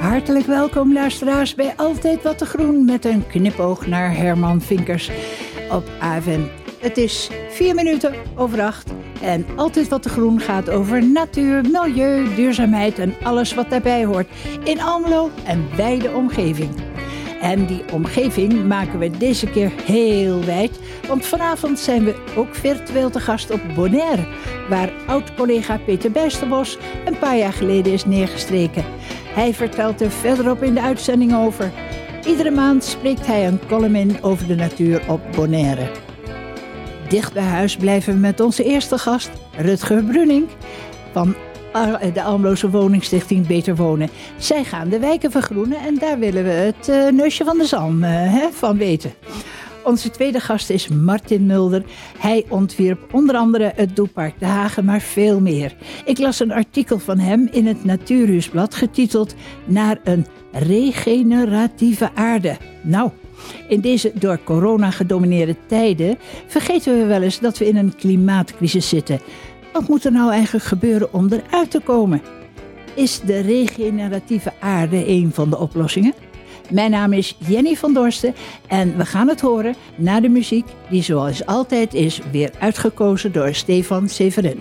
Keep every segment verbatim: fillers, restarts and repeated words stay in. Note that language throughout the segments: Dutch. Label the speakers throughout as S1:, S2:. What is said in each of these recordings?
S1: Hartelijk welkom luisteraars bij Altijd Wat te Groen met een knipoog naar Herman Vinkers op A F M. Het is vier minuten over acht en Altijd Wat te Groen gaat over natuur, milieu, duurzaamheid en alles wat daarbij hoort in Almelo en bij de omgeving. En die omgeving maken we deze keer heel wijd, want vanavond zijn we ook virtueel te gast op Bonaire, waar oud-collega Peter Bijsterbos een paar jaar geleden is neergestreken. Hij vertelt er verderop in de uitzending over. Iedere maand spreekt hij een column in over de natuur op Bonaire. Dicht bij huis blijven we met onze eerste gast, Rutger Brunink, van de Almeloze woningstichting Beter Wonen. Zij gaan de wijken vergroenen en daar willen we het uh, neusje van de zalm uh, hè, van weten. Onze tweede gast is Martin Mulder. Hij ontwierp onder andere het Doepark De Hagen, maar veel meer. Ik las een artikel van hem in het Natuurhuisblad getiteld Naar een regeneratieve aarde. Nou, in deze door corona gedomineerde tijden vergeten we wel eens dat we in een klimaatcrisis zitten. Wat moet er nou eigenlijk gebeuren om eruit te komen? Is de regeneratieve aarde een van de oplossingen? Mijn naam is Jenny van Dorsten en we gaan het horen na de muziek die zoals altijd is weer uitgekozen door Stefan Severin.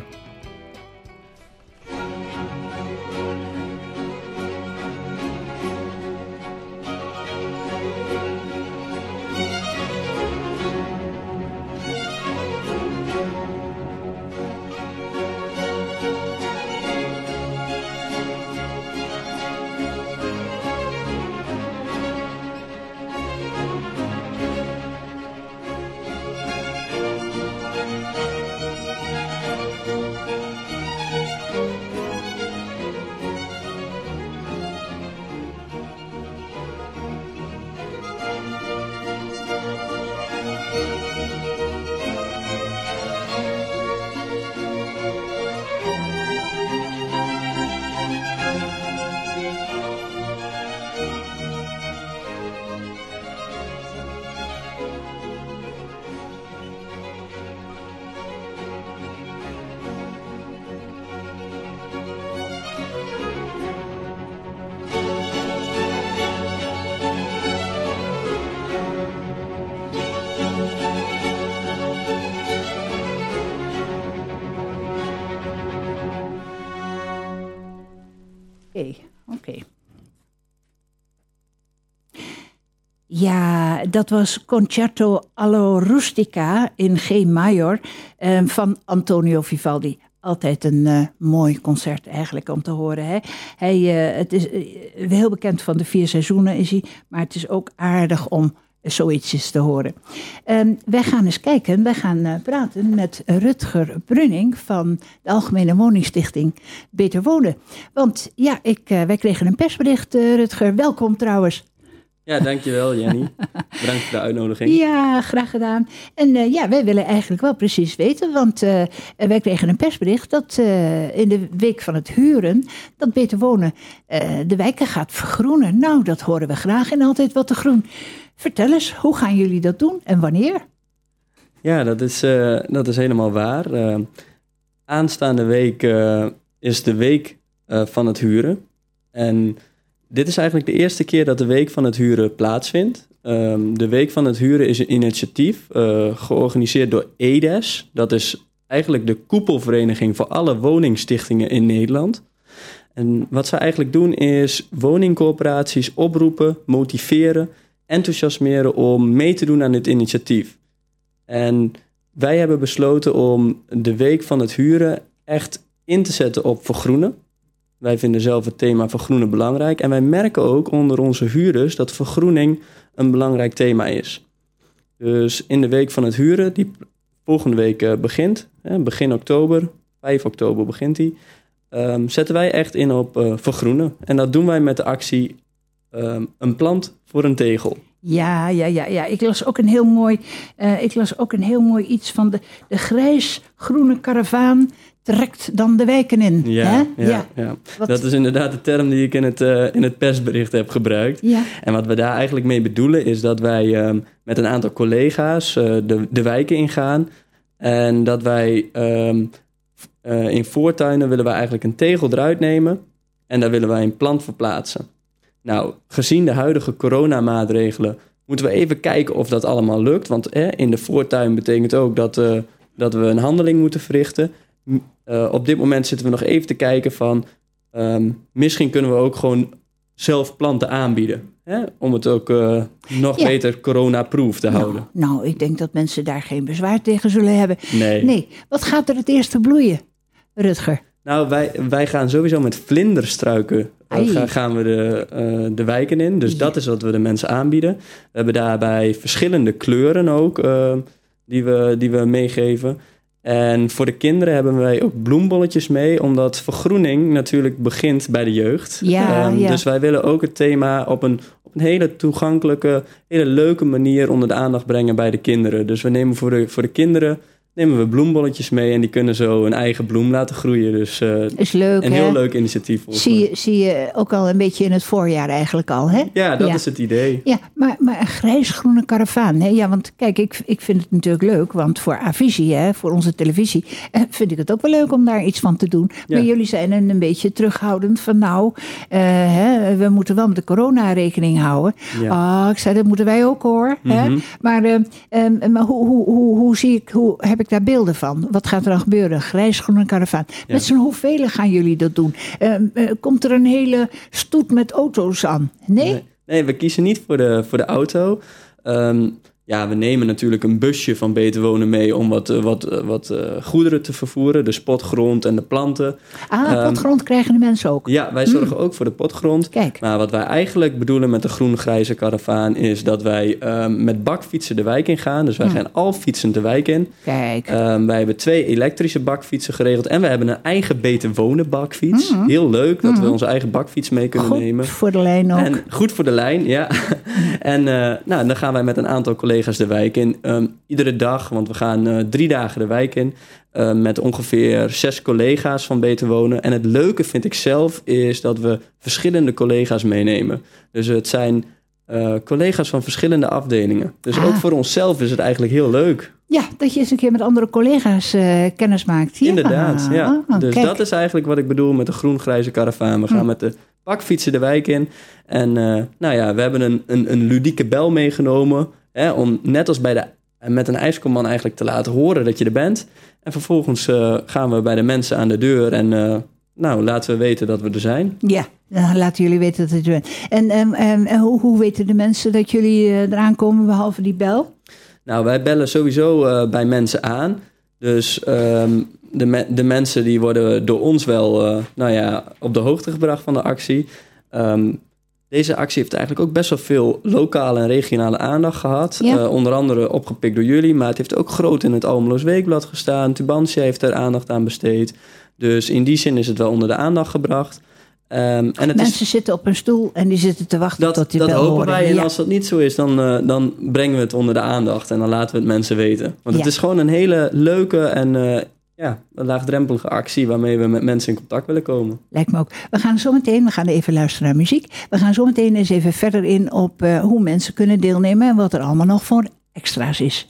S1: Oké, oké. Ja, dat was Concerto allo Rustica in G major eh, van Antonio Vivaldi. Altijd een uh, mooi concert eigenlijk om te horen. Hè? Hij, uh, het is uh, heel bekend van de vier seizoenen is hij, maar het is ook aardig om zoiets te horen. Um, wij gaan eens kijken, wij gaan uh, praten met Rutger Brunink van de Algemene Woningstichting Beter Wonen. Want ja, ik, uh, wij kregen een persbericht, uh, Rutger. Welkom trouwens.
S2: Ja, dankjewel Jenny. Bedankt voor de uitnodiging.
S1: Ja, graag gedaan. En uh, ja, wij willen eigenlijk wel precies weten, want uh, wij kregen een persbericht dat uh, in de week van het huren, dat Beter Wonen uh, de wijken gaat vergroenen. Nou, dat horen we graag en Altijd Wat te Groen. Vertel eens, hoe gaan jullie dat doen en wanneer?
S2: Ja, dat is, uh, dat is helemaal waar. Uh, aanstaande week uh, is de week uh, van het huren. En dit is eigenlijk de eerste keer dat de week van het huren plaatsvindt. Um, de week van het huren is een initiatief uh, georganiseerd door E D E S. Dat is eigenlijk de koepelvereniging voor alle woningstichtingen in Nederland. En wat ze eigenlijk doen is woningcorporaties oproepen, motiveren, enthousiasmeren om mee te doen aan dit initiatief. En wij hebben besloten om de week van het huren echt in te zetten op vergroenen. Wij vinden zelf het thema vergroenen belangrijk. En wij merken ook onder onze huurders dat vergroening een belangrijk thema is. Dus in de week van het huren, die volgende week uh, begint, hè, begin oktober, vijf oktober begint die, um, zetten wij echt in op uh, vergroenen. En dat doen wij met de actie um, een plant voor een tegel.
S1: Ja, ja, ja, ja. Ik las ook een heel mooi, uh, ik las ook een heel mooi iets van de, de grijs-groene karavaan trekt dan de wijken in.
S2: Ja,
S1: hè?
S2: ja, ja. ja. dat is inderdaad de term die ik in het, uh, in het persbericht heb gebruikt. Ja. En wat we daar eigenlijk mee bedoelen is dat wij um, met een aantal collega's uh, de, de wijken ingaan. En dat wij um, uh, in voortuinen willen wij eigenlijk een tegel eruit nemen. En daar willen wij een plant verplaatsen. Nou, gezien de huidige coronamaatregelen moeten we even kijken of dat allemaal lukt. Want hè, in de voortuin betekent ook dat, uh, dat we een handeling moeten verrichten. Uh, op dit moment zitten we nog even te kijken van... Um, misschien kunnen we ook gewoon zelf planten aanbieden. Hè? Om het ook uh, nog ja. beter corona-proof te
S1: nou,
S2: houden.
S1: Nou, ik denk dat mensen daar geen bezwaar tegen zullen hebben.
S2: Nee.
S1: Nee. Wat gaat er het eerste bloeien, Rutger?
S2: Nou, wij, wij gaan sowieso met vlinderstruiken uh, gaan we de, uh, de wijken in. Dus ja. dat is wat we de mensen aanbieden. We hebben daarbij verschillende kleuren ook uh, die, we, die we meegeven. En voor de kinderen hebben wij ook bloembolletjes mee, omdat vergroening natuurlijk begint bij de jeugd.
S1: Ja,
S2: um,
S1: ja.
S2: Dus wij willen ook het thema op een, op een hele toegankelijke, hele leuke manier onder de aandacht brengen bij de kinderen. Dus we nemen voor de, voor de kinderen nemen we bloembolletjes mee en die kunnen zo een eigen bloem laten groeien. Dus uh,
S1: is leuk,
S2: een
S1: hè?
S2: heel leuk initiatief.
S1: Zie je, zie je ook al een beetje in het voorjaar eigenlijk al, hè?
S2: Ja, dat ja. is het idee.
S1: Ja, maar, maar een grijs-groene karavaan, hè? Ja, want kijk, ik, ik vind het natuurlijk leuk, want voor Avisie, hè, voor onze televisie, vind ik het ook wel leuk om daar iets van te doen. Maar ja. jullie zijn een, een beetje terughoudend van nou, uh, hè, we moeten wel met de corona rekening houden. Ja. Oh, ik zei, dat moeten wij ook hoor. Mm-hmm. Hè? Maar, uh, um, maar hoe, hoe, hoe, hoe zie ik, hoe heb ik daar beelden van? Wat gaat er dan gebeuren? Grijs-groene karavaan. Ja. Met z'n hoeveel gaan jullie dat doen? Uh, uh, komt er een hele stoet met auto's aan? Nee?
S2: Nee, nee we kiezen niet voor de, voor de auto. Um, ja, we nemen natuurlijk een busje van Beter Wonen mee om wat, wat, wat uh, goederen te vervoeren. De potgrond en de planten.
S1: Ah, um, potgrond krijgen de mensen ook?
S2: Ja, wij zorgen mm. ook voor de potgrond.
S1: Kijk.
S2: Maar wat wij eigenlijk bedoelen met de groen-grijze karavaan is dat wij um, met bakfietsen de wijk in gaan. Dus wij mm. gaan al fietsend de wijk in.
S1: Kijk.
S2: Um, wij hebben twee elektrische bakfietsen geregeld. En we hebben een eigen Beter Wonen bakfiets. Mm. Heel leuk dat mm. we onze eigen bakfiets mee kunnen
S1: goed
S2: nemen.
S1: Goed voor de lijn ook.
S2: En goed voor de lijn, ja. en uh, nou, dan gaan wij met een aantal collega's de wijk in. Um, iedere dag, want we gaan uh, drie dagen de wijk in. Uh, met ongeveer zes collega's van Beter Wonen. En het leuke vind ik zelf is dat we verschillende collega's meenemen. Dus het zijn uh, collega's van verschillende afdelingen. Dus ah. ook voor onszelf is het eigenlijk heel leuk.
S1: Ja, dat je eens een keer met andere collega's uh, kennis maakt. Ja.
S2: Inderdaad, ja.
S1: Ah,
S2: dus
S1: kijk.
S2: dat is eigenlijk wat ik bedoel met de groen-grijze karavaan. We gaan hm. met de bakfietsen de wijk in. En uh, nou ja, we hebben een, een, een ludieke bel meegenomen. Hè, om net als bij de, met een ijskomman eigenlijk te laten horen dat je er bent. En vervolgens uh, gaan we bij de mensen aan de deur en uh, nou, laten we weten dat we er zijn.
S1: Ja, dan laten jullie weten dat je er bent. En um, um, hoe, hoe weten de mensen dat jullie uh, eraan komen behalve die bel?
S2: Nou, wij bellen sowieso uh, bij mensen aan. Dus um, de, me- de mensen die worden door ons wel uh, nou ja, op de hoogte gebracht van de actie. Um, Deze actie heeft eigenlijk ook best wel veel lokale en regionale aandacht gehad. Ja. Uh, onder andere opgepikt door jullie, maar het heeft ook groot in het Almeloos Weekblad gestaan. Tubantia heeft er aandacht aan besteed. Dus in die zin is het wel onder de aandacht gebracht. Um, en het
S1: Mensen
S2: is,
S1: zitten op een stoel en die zitten te wachten
S2: dat,
S1: tot die
S2: dat
S1: bel
S2: hopen
S1: horen.
S2: wij. En
S1: ja.
S2: als dat niet zo is, dan, uh, dan brengen we het onder de aandacht. En dan laten we het mensen weten. Want
S1: ja.
S2: het is gewoon een hele leuke en uh, ja, een laagdrempelige actie waarmee we met mensen in contact willen komen.
S1: Lijkt me ook. We gaan zo meteen, we gaan even luisteren naar muziek. We gaan zo meteen eens even verder in op uh, hoe mensen kunnen deelnemen en wat er allemaal nog voor extra's is.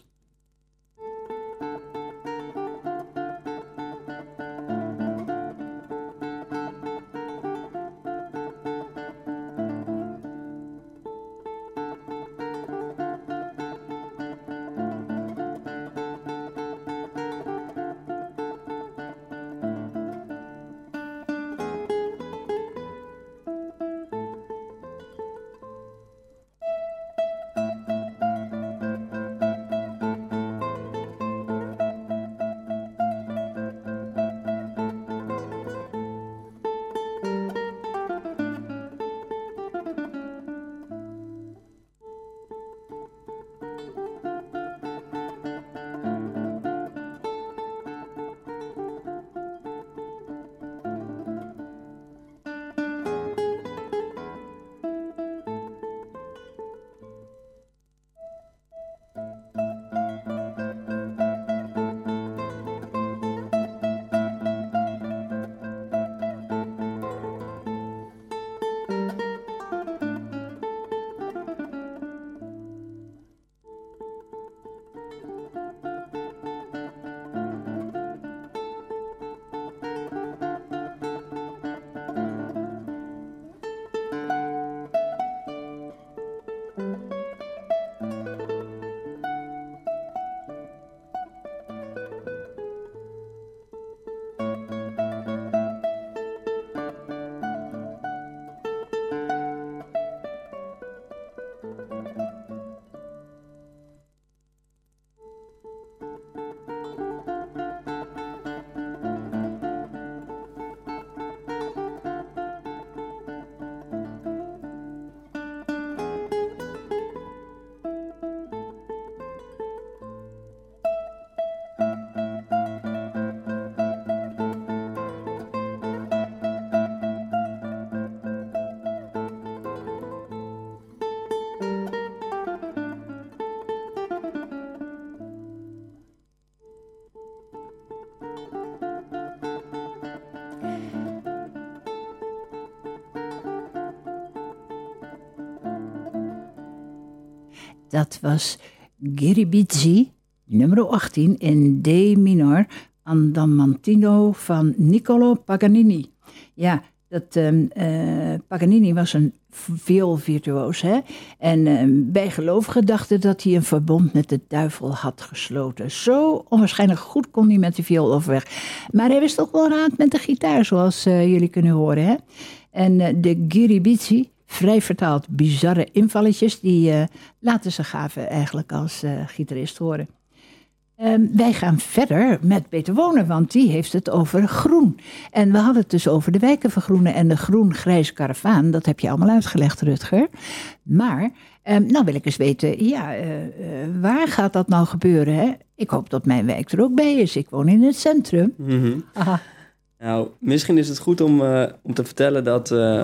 S1: dat was Giribizi, nummer achttien in D minor, Andamantino van Niccolo Paganini. Ja, dat, uh, uh, Paganini was een vioolvirtuoos, hè? En uh, bijgelovigen dachten dat hij een verbond met de duivel had gesloten. Zo onwaarschijnlijk goed kon hij met de viool overweg. Maar hij wist ook wel raad met de gitaar, zoals uh, jullie kunnen horen, hè? En uh, de Giribizi, vrij vertaald bizarre invalletjes, die uh, laten ze gaven eigenlijk als uh, gitarist horen. Um, wij gaan verder met Beter Wonen, want die heeft het over groen. En we hadden het dus over de wijken vergroenen en de groen-grijze karavaan. Dat heb je allemaal uitgelegd, Rutger. Maar, um, nou wil ik eens weten, ja, uh, uh, waar gaat dat nou gebeuren? Hè? Ik hoop dat mijn wijk er ook bij is. Ik woon in het centrum.
S2: Mm-hmm. Nou, misschien is het goed om, uh, om te vertellen dat uh,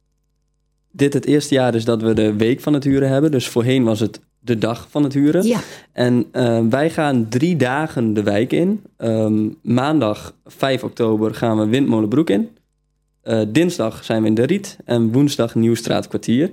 S2: dit het eerste jaar is dat we de week van het huren hebben. Dus voorheen was het de dag van het huren.
S1: Ja.
S2: En uh, wij gaan drie dagen de wijk in. Um, maandag vijf oktober gaan we Windmolenbroek in. Uh, dinsdag zijn we in de Riet. En woensdag Nieuwstraatkwartier.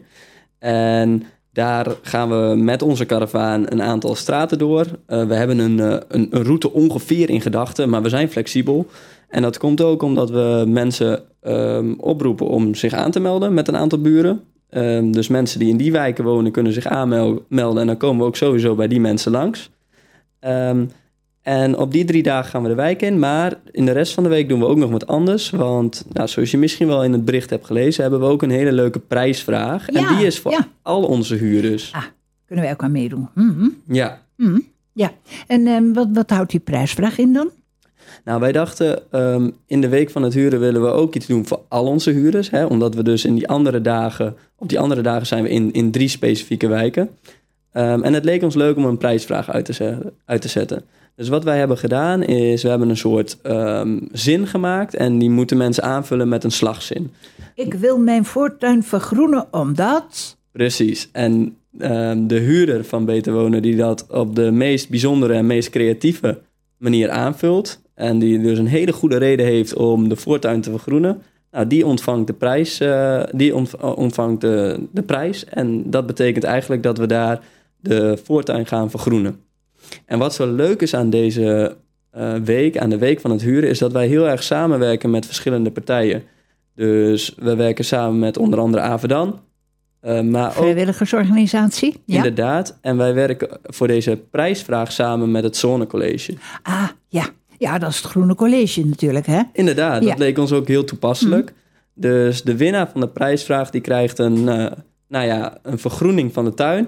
S2: En daar gaan we met onze karavaan een aantal straten door. Uh, we hebben een, uh, een, een route ongeveer in gedachten, maar we zijn flexibel. En dat komt ook omdat we mensen um, oproepen om zich aan te melden met een aantal buren. Um, dus mensen die in die wijken wonen kunnen zich aanmelden. En dan komen we ook sowieso bij die mensen langs. Um, en op die drie dagen gaan we de wijk in. Maar in de rest van de week doen we ook nog wat anders. Want nou, zoals je misschien wel in het bericht hebt gelezen, hebben we ook een hele leuke prijsvraag.
S1: Ja,
S2: en die is voor
S1: ja.
S2: al onze huurders.
S1: Ah, kunnen wij ook aan meedoen. Mm-hmm.
S2: Ja.
S1: Mm-hmm. Ja. En um, wat, wat houdt die prijsvraag in dan?
S2: Nou, wij dachten, um, in de week van het huren willen we ook iets doen voor al onze huurders. Hè, omdat we dus in die andere dagen, op die andere dagen zijn we in, in drie specifieke wijken. Um, en het leek ons leuk om een prijsvraag uit te, zeggen, uit te zetten. Dus wat wij hebben gedaan is, we hebben een soort um, zin gemaakt en die moeten mensen aanvullen met een slagzin.
S1: Ik wil mijn voortuin vergroenen omdat...
S2: Precies. En um, de huurder van Beter Wonen die dat op de meest bijzondere en meest creatieve manier aanvult en die dus een hele goede reden heeft om de voortuin te vergroenen, nou, die ontvangt de prijs, uh, die ontvangt de, de prijs. En dat betekent eigenlijk dat we daar de voortuin gaan vergroenen. En wat zo leuk is aan deze uh, week, aan de week van het huren, is dat wij heel erg samenwerken met verschillende partijen. Dus we werken samen met onder andere Avedan. Uh, maar ook,
S1: vrijwilligersorganisatie. Ja.
S2: Inderdaad. En wij werken voor deze prijsvraag samen met het Zonnecollege.
S1: Ah, ja. Ja, dat is het Groene College natuurlijk, hè?
S2: Inderdaad,
S1: ja.
S2: Dat leek ons ook heel toepasselijk. Mm. Dus de winnaar van de prijsvraag die krijgt een, uh, nou ja, een vergroening van de tuin.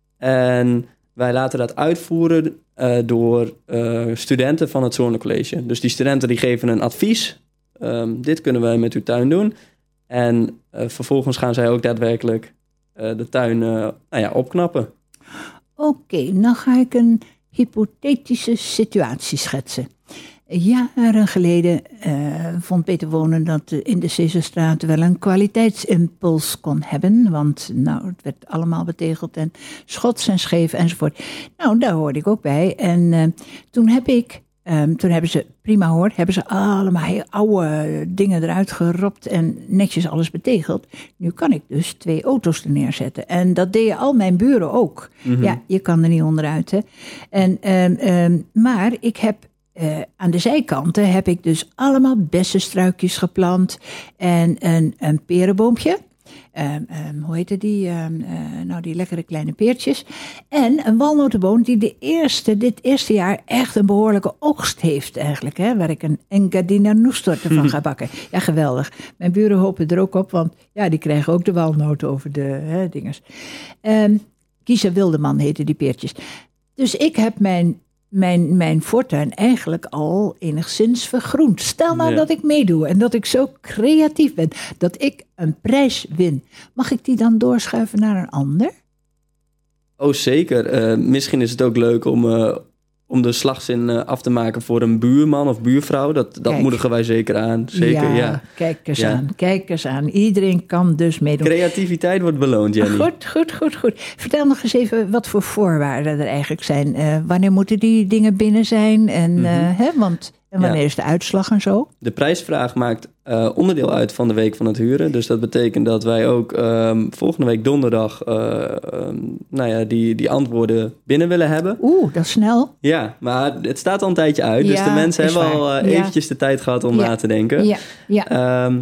S2: En wij laten dat uitvoeren uh, door uh, studenten van het Zonnecollege. Dus die studenten die geven een advies. Um, dit kunnen wij met uw tuin doen. En uh, vervolgens gaan zij ook daadwerkelijk uh, de tuin uh, nou ja, opknappen.
S1: Oké, okay, nou ga ik een hypothetische situatie schetsen. Jaren geleden uh, vond Beter Wonen dat in de Caesarstraat wel een kwaliteitsimpuls kon hebben. Want nou, het werd allemaal betegeld en schots en scheef enzovoort. Nou, daar hoorde ik ook bij. En uh, toen heb ik, um, toen hebben ze, prima hoor, hebben ze allemaal heel oude dingen eruit geropt en netjes alles betegeld. Nu kan ik dus twee auto's er neerzetten. En dat deden al mijn buren ook. Mm-hmm. Ja, je kan er niet onderuit, hè. En, um, um, maar ik heb Uh, aan de zijkanten heb ik dus allemaal bessenstruikjes geplant en een, een perenboompje. Um, um, hoe heette die? Um, uh, nou, die lekkere kleine peertjes. En een walnotenboom die de eerste, dit eerste jaar echt een behoorlijke oogst heeft eigenlijk. Hè, waar ik een Engadina noestorte van ga bakken. Ja, geweldig. Mijn buren hopen er ook op, want ja, die krijgen ook de walnoten over de hè, dingers. Um, Kiesa Wildeman heten die peertjes. Dus ik heb mijn... Mijn, mijn voortuin eigenlijk al enigszins vergroend. Stel nou ja. dat ik meedoe en dat ik zo creatief ben, dat ik een prijs win. Mag ik die dan doorschuiven naar een ander?
S2: Oh, zeker. Uh, misschien is het ook leuk om, uh, om de slagzin uh, af te maken voor een buurman of buurvrouw. Dat, dat moedigen wij zeker aan. Zeker, ja,
S1: ja. Kijk eens ja. aan, kijk eens aan. Iedereen kan dus meedoen.
S2: Creativiteit wordt beloond, Jenny.
S1: Goed, goed, goed, goed. Vertel nog eens even wat voor voorwaarden er eigenlijk zijn. Uh, wanneer moeten die dingen binnen zijn? En, mm-hmm. uh, hè, want En wanneer
S2: Ja.
S1: is de uitslag en zo?
S2: De prijsvraag maakt uh, onderdeel uit van de Week van het Huren. Dus dat betekent dat wij ook um, volgende week donderdag uh, um, nou ja, die, die antwoorden binnen willen hebben.
S1: Oeh, dat is snel.
S2: Ja, maar het staat al een tijdje uit. Ja, dus de mensen hebben waar. al uh, eventjes ja. de tijd gehad om ja. na te denken.
S1: Ja, ja.
S2: Um,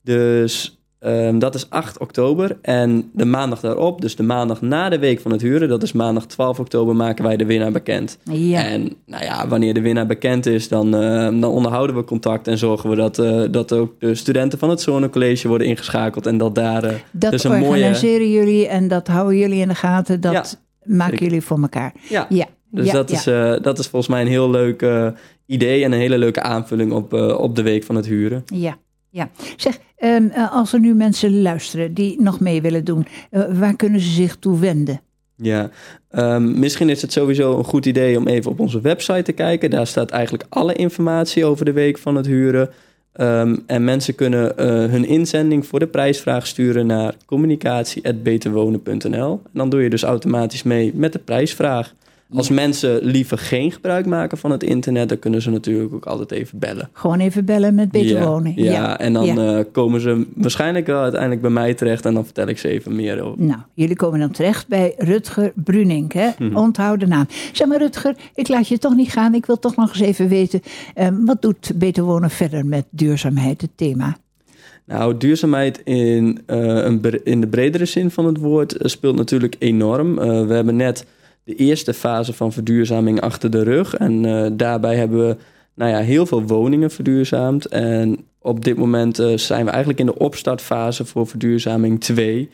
S2: dus um, dat is acht oktober. En de maandag daarop, dus de maandag na de Week van het Huren... dat is maandag twaalf oktober, maken wij de winnaar bekend.
S1: Ja.
S2: En nou ja, wanneer de winnaar bekend is, dan, uh, dan onderhouden we contact... en zorgen we dat, uh, dat ook de studenten van het Zonecollege worden ingeschakeld... en dat daar uh,
S1: dat
S2: dus een
S1: organiseren
S2: mooie...
S1: jullie en dat houden jullie in de gaten. Dat ja, maken
S2: zeker.
S1: jullie voor elkaar.
S2: Ja,
S1: ja.
S2: dus
S1: ja,
S2: dat,
S1: ja.
S2: Is, uh, dat is volgens mij een heel leuk uh, idee... en een hele leuke aanvulling op, uh, op de Week van het Huren.
S1: Ja. Ja, zeg, um, als er nu mensen luisteren die nog mee willen doen, uh, waar kunnen ze zich toe wenden?
S2: Ja, um, misschien is het sowieso een goed idee om even op onze website te kijken. Daar staat eigenlijk alle informatie over de Week van het Huren. Um, en mensen kunnen uh, hun inzending voor de prijsvraag sturen naar communicatie apenstaartje beterwonen punt n l. En dan doe je dus automatisch mee met de prijsvraag. Als mensen liever geen gebruik maken van het internet... dan kunnen ze natuurlijk ook altijd even bellen.
S1: Gewoon even bellen met Beter
S2: ja,
S1: Wonen.
S2: Ja,
S1: ja.
S2: en dan
S1: ja.
S2: Uh, komen ze waarschijnlijk wel uiteindelijk bij mij terecht... en dan vertel ik ze even meer over.
S1: Nou, jullie komen dan terecht bij Rutger Brunink, hè? Mm-hmm. Onthoud de naam. Zeg maar Rutger, ik laat je toch niet gaan. Ik wil toch nog eens even weten... Uh, wat doet Beter Wonen verder met duurzaamheid, het thema?
S2: Nou, duurzaamheid in, uh, een, in de bredere zin van het woord... Uh, speelt natuurlijk enorm. Uh, we hebben net... de eerste fase van verduurzaming achter de rug. En uh, daarbij hebben we nou ja, heel veel woningen verduurzaamd. En op dit moment uh, zijn we eigenlijk in de opstartfase voor verduurzaming twee.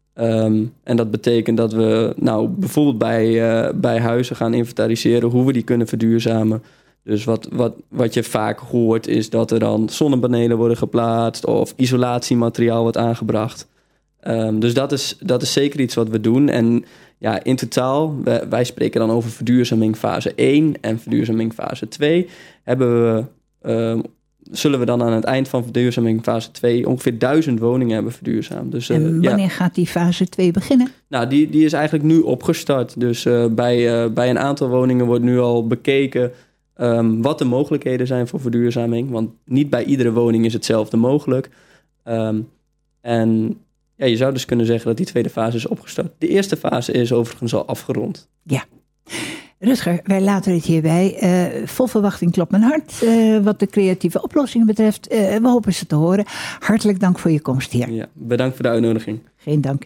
S2: Um, en dat betekent dat we nou, bijvoorbeeld bij, uh, bij huizen gaan inventariseren... hoe we die kunnen verduurzamen. Dus wat, wat, wat je vaak hoort is dat er dan zonnepanelen worden geplaatst... of isolatiemateriaal wordt aangebracht. Um, dus dat is, dat is zeker iets wat we doen. En ja, in totaal, wij, wij spreken dan over verduurzaming fase één en verduurzaming fase twee. Hebben we, um, zullen we dan aan het eind van verduurzaming fase twee ongeveer duizend woningen hebben verduurzaamd. Dus, uh,
S1: en wanneer
S2: ja.
S1: gaat die fase twee beginnen?
S2: Nou, die, die is eigenlijk nu opgestart. Dus uh, bij, uh, bij een aantal woningen wordt nu al bekeken... Um, wat de mogelijkheden zijn voor verduurzaming. Want niet bij iedere woning is hetzelfde mogelijk. Um, en... Ja, je zou dus kunnen zeggen dat die tweede fase is opgestart. De eerste fase is overigens al afgerond.
S1: Ja. Rutger, wij laten het hierbij. Uh, vol verwachting klopt mijn hart. Uh, wat de creatieve oplossingen betreft. Uh, we hopen ze te horen. Hartelijk dank voor je komst hier.
S2: Ja, bedankt voor de uitnodiging.
S1: Geen dank.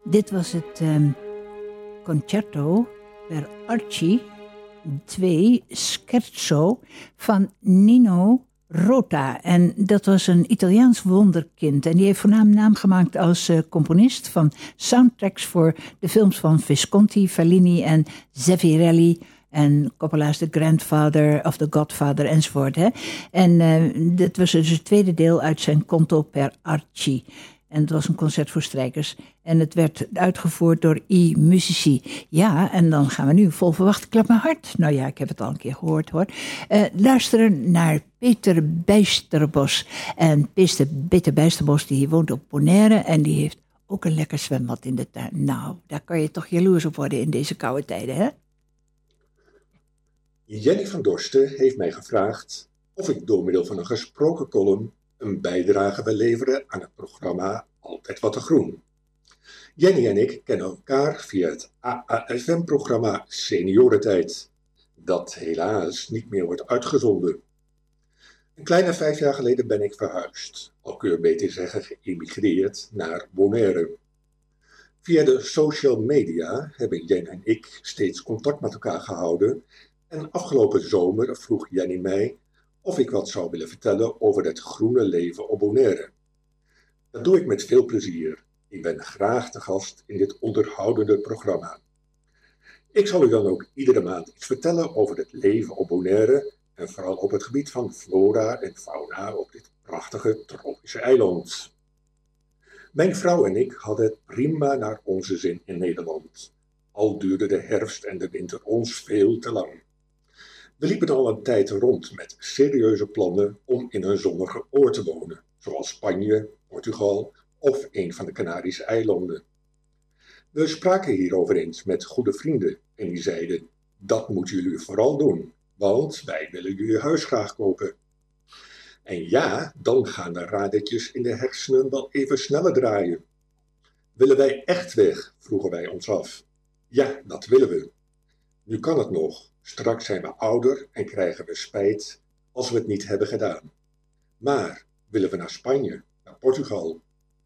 S1: Dit was het um, concerto per Arci twee Scherzo van Nino Rota. En dat was een Italiaans wonderkind. En die heeft voornaam naam gemaakt als uh, componist van soundtracks voor de films van Visconti, Fellini en Zeffirelli. En Coppola's The Grandfather of The Godfather enzovoort. Hè? En uh, dit was dus het tweede deel uit zijn Conto per Arci. En het was een concert voor strijkers. En het werd uitgevoerd door I Musici. Ja, en dan gaan we nu vol verwacht klap mijn hart. Nou ja, ik heb het al een keer gehoord hoor. Uh, luisteren naar Peter Bijsterbos. En Peter, Peter Bijsterbos die woont op Bonaire. En die heeft ook een lekker zwembad in de tuin. Nou, daar kan je toch jaloers op worden in deze koude tijden, hè?
S3: Jenny van Dorsten heeft mij gevraagd of ik door middel van een gesproken column een bijdrage wil leveren aan het programma Altijd Wat te Groen. Jenny en ik kennen elkaar via het A A F M-programma Seniorentijd, dat helaas niet meer wordt uitgezonden. Een kleine vijf jaar geleden ben ik verhuisd, al kun je beter zeggen geëmigreerd, naar Bonaire. Via de social media hebben Jenny en ik steeds contact met elkaar gehouden en afgelopen zomer vroeg Jenny mij of ik wat zou willen vertellen over het groene leven op Bonaire. Dat doe ik met veel plezier. Ik ben graag te gast in dit onderhoudende programma. Ik zal u dan ook iedere maand iets vertellen over het leven op Bonaire en vooral op het gebied van flora en fauna op dit prachtige tropische eiland. Mijn vrouw en ik hadden het prima naar onze zin in Nederland. Al duurde de herfst en de winter ons veel te lang. We liepen al een tijd rond met serieuze plannen om in een zonnige oord te wonen, zoals Spanje, Portugal of een van de Canarische eilanden. We spraken hierover eens met goede vrienden en die zeiden, dat moeten jullie vooral doen, want wij willen jullie huis graag kopen. En ja, dan gaan de radertjes in de hersenen wel even sneller draaien. Willen wij echt weg, vroegen wij ons af. Ja, dat willen we. Nu kan het nog. Straks zijn we ouder en krijgen we spijt als we het niet hebben gedaan. Maar willen we naar Spanje, naar Portugal?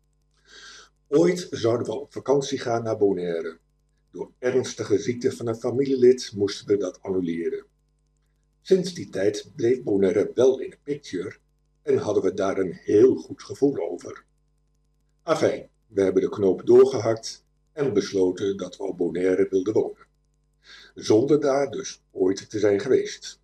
S3: Ooit zouden we op vakantie gaan naar Bonaire. Door ernstige ziekte van een familielid moesten we dat annuleren. Sinds die tijd bleef Bonaire wel in de picture en hadden we daar een heel goed gevoel over. Afijn, we hebben de knoop doorgehakt en besloten dat we op Bonaire wilden wonen. Zonder daar dus ooit te zijn geweest.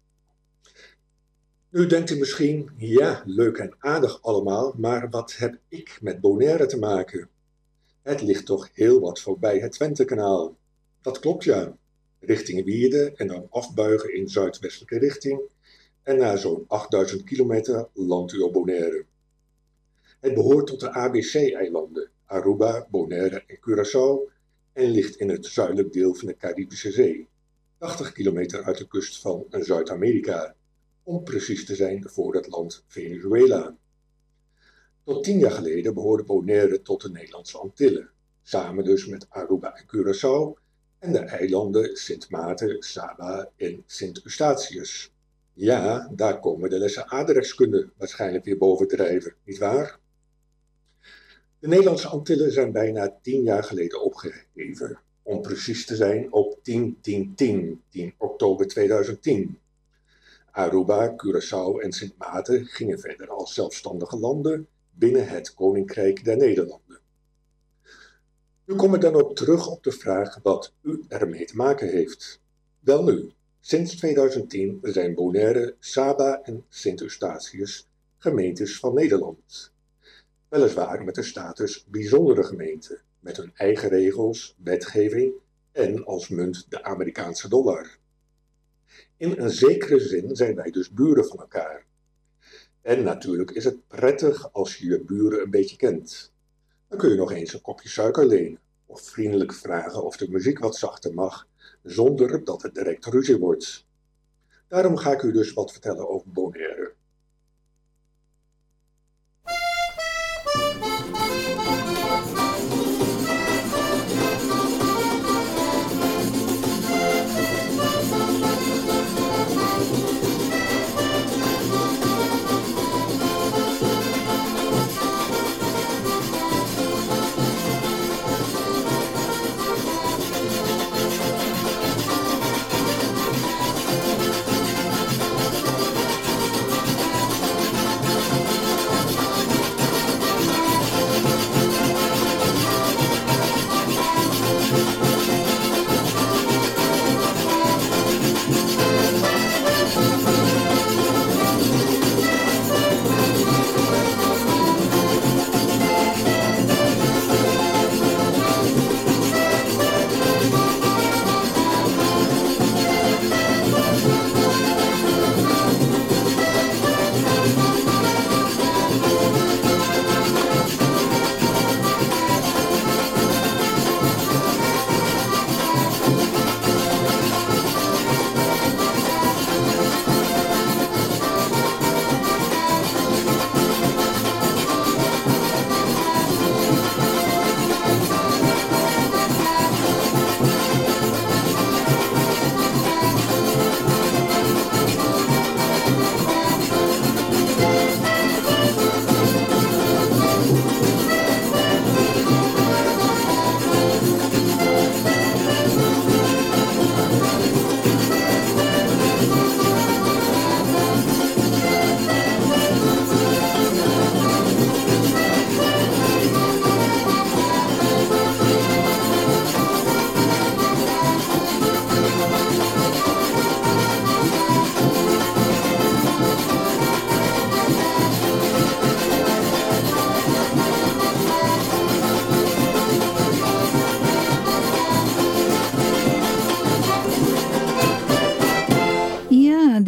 S3: Nu denkt u misschien, ja, leuk en aardig allemaal, maar wat heb ik met Bonaire te maken? Het ligt toch heel wat voorbij het Twentekanaal. Dat klopt ja, richting Wierde en dan afbuigen in zuidwestelijke richting en na zo'n achtduizend kilometer landt u op Bonaire. Het behoort tot de A B C-eilanden, Aruba, Bonaire en Curaçao en ligt in het zuidelijk deel van de Caribische Zee, tachtig kilometer uit de kust van Zuid-Amerika, om precies te zijn voor het land Venezuela. Tot tien jaar geleden behoorde Bonaire tot de Nederlandse Antillen, samen dus met Aruba en Curaçao en de eilanden Sint Maarten, Saba en Sint Eustatius. Ja, daar komen de lessen aardrijkskunde waarschijnlijk weer bovendrijven, nietwaar? De Nederlandse Antillen zijn bijna tien jaar geleden opgeheven, om precies te zijn op tien tien tien, tien oktober tweeduizend tien. Aruba, Curaçao en Sint Maarten gingen verder als zelfstandige landen binnen het Koninkrijk der Nederlanden. Nu kom ik dan ook terug op de vraag wat u ermee te maken heeft. Welnu, sinds tweeduizend tien zijn Bonaire, Saba en Sint Eustatius gemeentes van Nederland. Weliswaar met de status bijzondere gemeente, met hun eigen regels, wetgeving en als munt de Amerikaanse dollar. In een zekere zin zijn wij dus buren van elkaar. En natuurlijk is het prettig als je je buren een beetje kent. Dan kun je nog eens een kopje suiker lenen of vriendelijk vragen of de muziek wat zachter mag, zonder dat het direct ruzie wordt. Daarom ga ik u dus wat vertellen over Bonaire.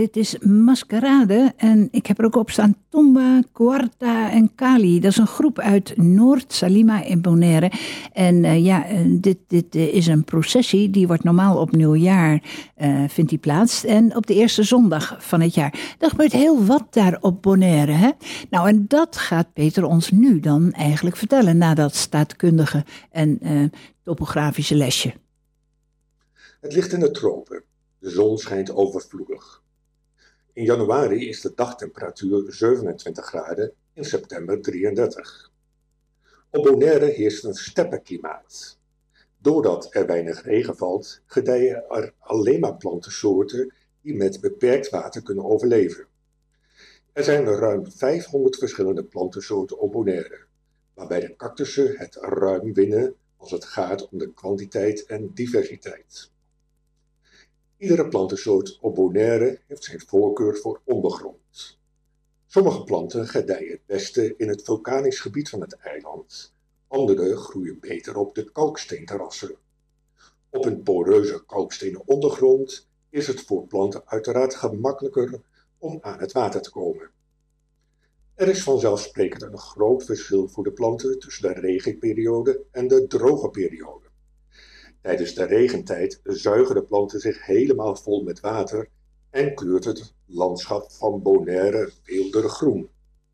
S1: dit is Maskerade. En ik heb er ook op staan Tomba, Cuarta en Kali. Dat is een groep uit Noord-Salima in Bonaire. En uh, ja, dit, dit uh, is een processie. Die wordt normaal op nieuwjaar, uh, vindt die plaats. En op de eerste zondag van het jaar. Er gebeurt heel wat daar op Bonaire. Hè? Nou, en dat gaat Peter ons nu dan eigenlijk vertellen. Na dat staatkundige en uh, topografische lesje.
S3: Het ligt in de tropen. De zon schijnt overvloedig. In januari is de dagtemperatuur zevenentwintig graden, in september drieëndertig. Op Bonaire heerst een steppenklimaat. Doordat er weinig regen valt, gedijen er alleen maar plantensoorten die met beperkt water kunnen overleven. Er zijn ruim vijfhonderd verschillende plantensoorten op Bonaire, waarbij de cactussen het ruim winnen als het gaat om de kwantiteit en diversiteit. Iedere plantensoort op Bonaire heeft zijn voorkeur voor ondergrond. Sommige planten gedijen het beste in het vulkanisch gebied van het eiland. Andere groeien beter op de kalksteenterrassen. Op een poreuze kalkstenen ondergrond is het voor planten uiteraard gemakkelijker om aan het water te komen. Er is vanzelfsprekend een groot verschil voor de planten tussen de regenperiode en de droge periode. Tijdens de regentijd zuigen de planten zich helemaal vol met water en kleurt het landschap van Bonaire weelderig groen.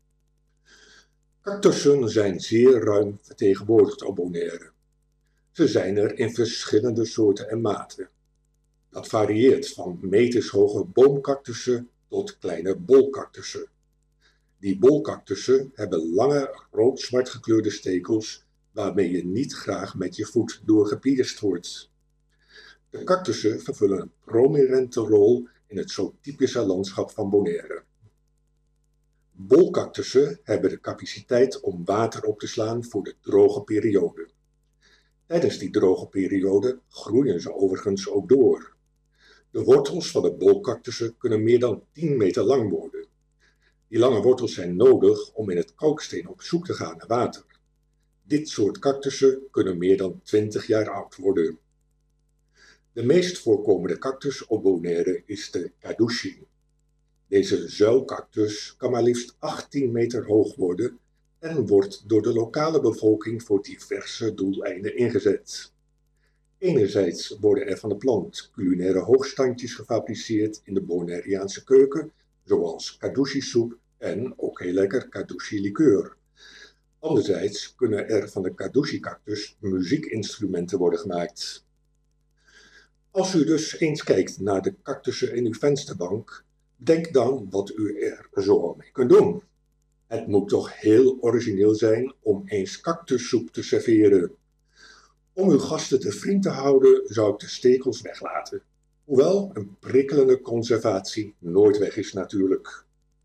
S3: Cactussen zijn zeer ruim vertegenwoordigd op Bonaire. Ze zijn er in verschillende soorten en maten. Dat varieert van metershoge boomcactussen tot kleine bolcactussen. Die bolcactussen hebben lange rood-zwart gekleurde stekels waarmee je niet graag met je voet doorgepierst wordt. De cactussen vervullen een prominente rol in het zo typische landschap van Bonaire. Bolcactussen hebben de capaciteit om water op te slaan voor de droge periode. Tijdens die droge periode groeien ze overigens ook door. De wortels van de bolcactussen kunnen meer dan tien meter lang worden. Die lange wortels zijn nodig om in het kalksteen op zoek te gaan naar water. Dit soort cactussen kunnen meer dan twintig jaar oud worden. De meest voorkomende cactus op Bonaire is de Kadushi. Deze zuilcactus kan maar liefst achttien meter hoog worden en wordt door de lokale bevolking voor diverse doeleinden ingezet. Enerzijds worden er van de plant culinaire hoogstandjes gefabriceerd in de Bonaireaanse keuken, zoals Kadushi-soep en, ook heel lekker, Kadushi-likeur. Anderzijds kunnen er van de Kadushi-cactus muziekinstrumenten worden gemaakt. Als u dus eens kijkt naar de cactussen in uw vensterbank, denk dan wat u er zo mee kunt doen. Het moet toch heel origineel zijn om eens cactussoep te serveren. Om uw gasten te vriend te houden zou ik de stekels weglaten. Hoewel een prikkelende conservatie nooit weg is natuurlijk.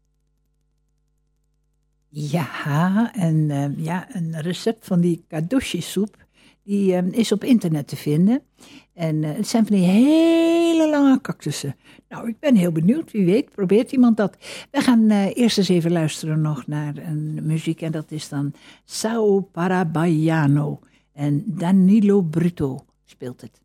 S1: Ja, en uh, ja, een recept van die kadushi-soep, die uh, is op internet te vinden. En uh, het zijn van die hele lange cactussen. Nou, ik ben heel benieuwd. Wie weet, probeert iemand dat. We gaan uh, eerst eens even luisteren nog naar een muziek. En dat is dan Sao Parabayano. En Danilo Brito speelt het.